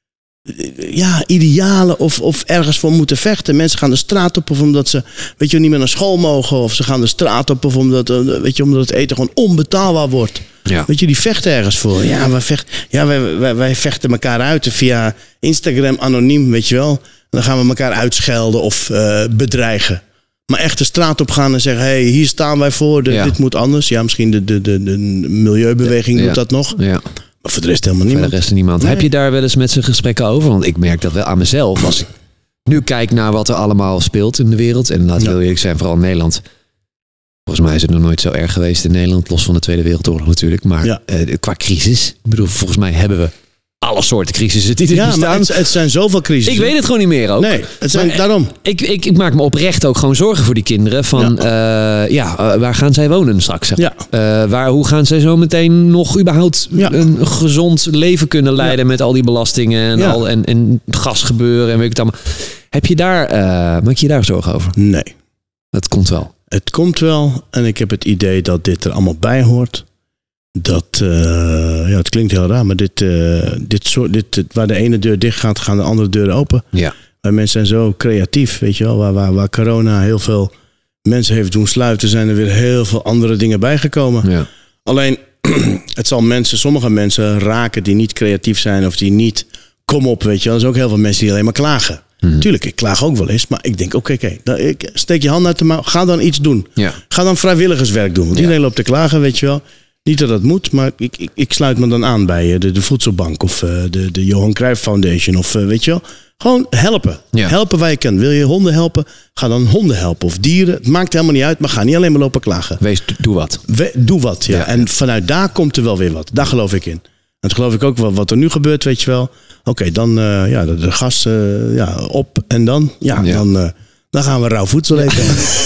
idealen of ergens voor moeten vechten. Mensen gaan de straat op of omdat ze niet meer naar school mogen. Of ze gaan de straat op of omdat het eten gewoon onbetaalbaar wordt. Ja. Weet je, die vechten ergens voor. Ja, wij vechten elkaar uit via Instagram anoniem, weet je wel. En dan gaan we elkaar uitschelden of bedreigen. Maar echt de straat op gaan en zeggen... hey, hier staan wij voor, dit moet anders. Ja, misschien de milieubeweging doet dat nog. Ja. Maar voor de rest helemaal niemand. Voor de rest niemand. Nee. Heb je daar wel eens met z'n gesprekken over? Want ik merk dat wel aan mezelf. Als ik nu kijk naar wat er allemaal speelt in de wereld. En laten we heel eerlijk zijn, vooral in Nederland. Volgens mij is het nog nooit zo erg geweest in Nederland. Los van de Tweede Wereldoorlog natuurlijk. Maar qua crisis. Ik bedoel, volgens mij hebben we alle soorten crisissen die er bestaan. Maar het zijn zoveel crisissen. Ik weet het gewoon niet meer ook. Nee, het zijn daarom. Ik maak me oprecht ook gewoon zorgen voor die kinderen. Van waar gaan zij wonen straks? Hoe gaan zij zo meteen nog überhaupt een gezond leven kunnen leiden met al die belastingen en gasgebeuren en weet ik het allemaal. Maak je daar zorgen over? Nee. Dat komt wel. Het komt wel en ik heb het idee dat dit er allemaal bij hoort. Dat, het klinkt heel raar, maar dit waar de ene deur dicht gaat, gaan de andere deuren open. Ja. Wij mensen zijn zo creatief, weet je wel. Waar corona heel veel mensen heeft doen sluiten, zijn er weer heel veel andere dingen bijgekomen. Ja. Alleen, het zal sommige mensen raken die niet creatief zijn of die niet, kom op, weet je wel. Er zijn ook heel veel mensen die alleen maar klagen. Tuurlijk, ik klaag ook wel eens, maar ik denk, oké, steek je hand uit de mouw, ga dan iets doen. Ja. Ga dan vrijwilligerswerk doen, want iedereen loopt te klagen, weet je wel. Niet dat dat moet, maar ik sluit me dan aan bij de voedselbank of de Johan Cruijff Foundation of weet je wel. Gewoon helpen. Ja. Helpen waar je kan. Wil je honden helpen? Ga dan honden helpen of dieren. Het maakt helemaal niet uit, maar ga niet alleen maar lopen klagen. Doe wat. Doe wat, ja. En vanuit daar komt er wel weer wat. Daar geloof ik in. En dat geloof ik ook wel wat er nu gebeurt, weet je wel. Oké, dan de gas op en dan, dan gaan we rauw voedsel eten.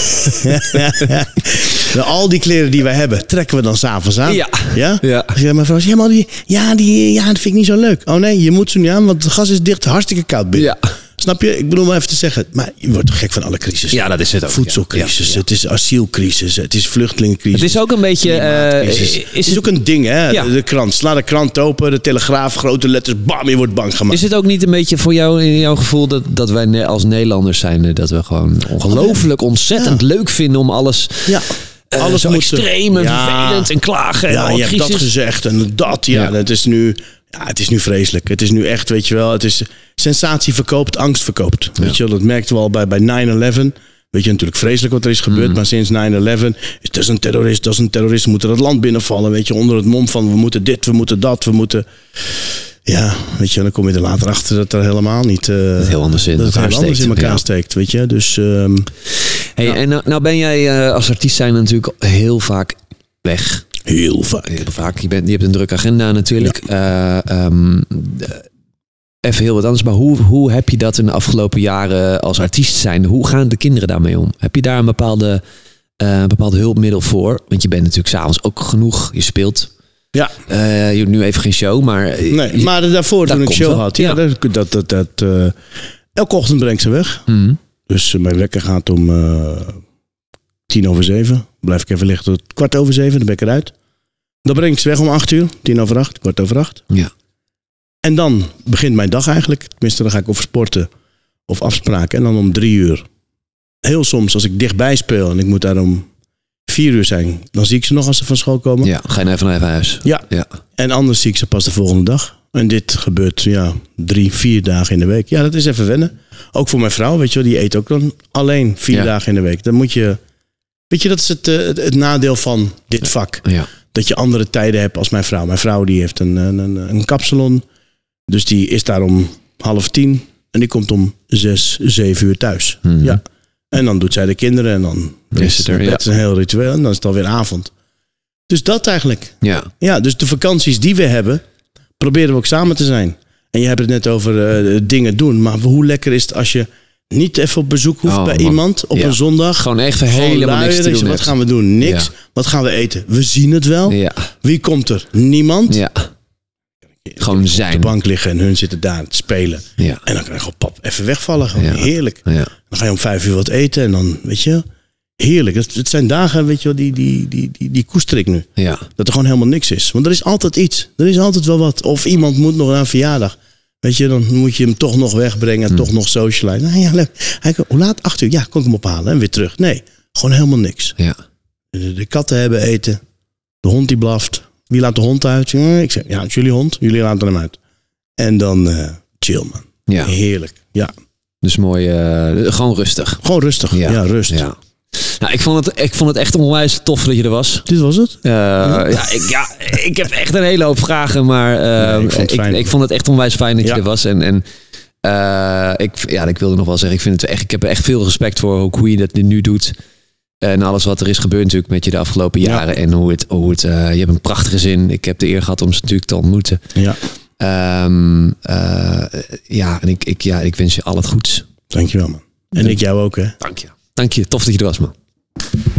Nou, al die kleren die wij hebben, trekken we dan 's avonds aan. Ja? Ja. Mijn vrouw zegt, dat vind ik niet zo leuk. Oh nee, je moet ze niet aan, want het gas is dicht, hartstikke koud binnen. Ja. Snap je? Ik bedoel maar even te zeggen, maar je wordt gek van alle crisis. Ja, dat is het ook. Voedselcrisis, het is asielcrisis, het is vluchtelingencrisis. Het is ook een beetje... het is ook een ding, hè? Ja. De krant. Sla de krant open, de Telegraaf, grote letters, bam, je wordt bang gemaakt. Is het ook niet een beetje voor jou, in jouw gevoel, dat wij als Nederlanders zijn, dat we gewoon ongelooflijk ontzettend leuk vinden om alles... Ja. Alles zo extreem en vervelend en klagen. Ja, en je hebt dat gezegd en dat. Ja. Het is nu vreselijk. Het is nu echt, weet je wel. Het is sensatie verkoopt, angst verkoopt. Ja. Weet je wel, dat merkten we al bij 9/11. Weet je, natuurlijk vreselijk wat er is gebeurd. Maar sinds 9/11 is dat een terrorist. Dat is een terrorist. We moeten dat land binnenvallen. Weet je, onder het mom van we moeten dit, we moeten dat, we moeten... Ja, weet je, dan kom je er later achter dat er helemaal niet... dat heel anders in elkaar steekt, weet je. Dus... En nou ben jij als artiest zijn natuurlijk heel vaak weg. Heel vaak. Je hebt een drukke agenda natuurlijk. Ja. Even heel wat anders, maar hoe heb je dat in de afgelopen jaren als artiest zijn? Hoe gaan de kinderen daarmee om? Heb je daar een bepaald hulpmiddel voor? Want je bent natuurlijk 's avonds ook genoeg, je speelt... Ja. Je hebt nu even geen show, maar... Nee, maar daarvoor toen ik show had... Ja, elke ochtend breng ik ze weg. Mm. Dus mijn wekker gaat om 6:10. Blijf ik even liggen tot 7:15, dan ben ik eruit. Dan breng ik ze weg om 8:00, 7:45, 7:15. Ja. En dan begint mijn dag eigenlijk. Tenminste, dan ga ik of sporten of afspraken. En dan om 3:00. Heel soms, als ik dichtbij speel en ik moet daar om 4:00 zijn, dan zie ik ze nog als ze van school komen. Ja, ga je even naar huis. Ja. En anders zie ik ze pas de volgende dag. En dit gebeurt 3-4 dagen in de week. Ja, dat is even wennen. Ook voor mijn vrouw, weet je wel, die eet ook dan alleen 4 dagen in de week. Dan moet je... Weet je, dat is het nadeel van dit vak. Ja. Dat je andere tijden hebt als mijn vrouw. Mijn vrouw die heeft een kapsalon. Dus die is daar om 9:30. En die komt om 6-7 uur thuis. Mm-hmm. Ja. En dan doet zij de kinderen. En dan is het een heel ritueel. En dan is het alweer avond. Dus dat eigenlijk. Ja, dus de vakanties die we hebben, proberen we ook samen te zijn. En je hebt het net over dingen doen. Maar hoe lekker is het als je niet even op bezoek hoeft bij iemand op een zondag. Gewoon echt helemaal niks te doen. Wat gaan we doen? Niks. Ja. Wat gaan we eten? We zien het wel. Ja. Wie komt er? Niemand. Ja. Gewoon zijn. Op de bank liggen en hun zitten daar te spelen. Ja. En dan kan je gewoon even wegvallen. Gewoon heerlijk. Ja. Dan ga je om 5:00 wat eten en dan, weet je, heerlijk. Het zijn dagen, weet je wel, die koester ik nu. Ja. Dat er gewoon helemaal niks is. Want er is altijd iets. Er is altijd wel wat. Of iemand moet nog naar een verjaardag. Weet je, dan moet je hem toch nog wegbrengen en toch nog socializen. Nou ja, hoe laat? 8:00. Ja, kon ik hem ophalen en weer terug. Nee, gewoon helemaal niks. Ja. De katten hebben eten. De hond die blaft. Wie laat de hond uit? Ik zeg, het is jullie hond. Jullie laten hem uit. En dan chill, man. Ja. Heerlijk. Ja. Dus mooi, gewoon rustig. Gewoon rustig. Ja, rust. Ja. Nou, ik vond het echt onwijs tof dat je er was. Dit was het? Ik heb echt een hele hoop vragen, maar ik vond het echt onwijs fijn dat je er was. En ik wilde nog wel zeggen, ik heb er echt veel respect voor hoe je dat nu doet. En alles wat er is gebeurd natuurlijk met je de afgelopen jaren. En hoe het je hebt een prachtige zin. Ik heb de eer gehad om ze natuurlijk te ontmoeten. Ja. En ik wens je al het goeds. Dankjewel, man. En ik jou ook, hè. Dank je. Tof dat je er was, man.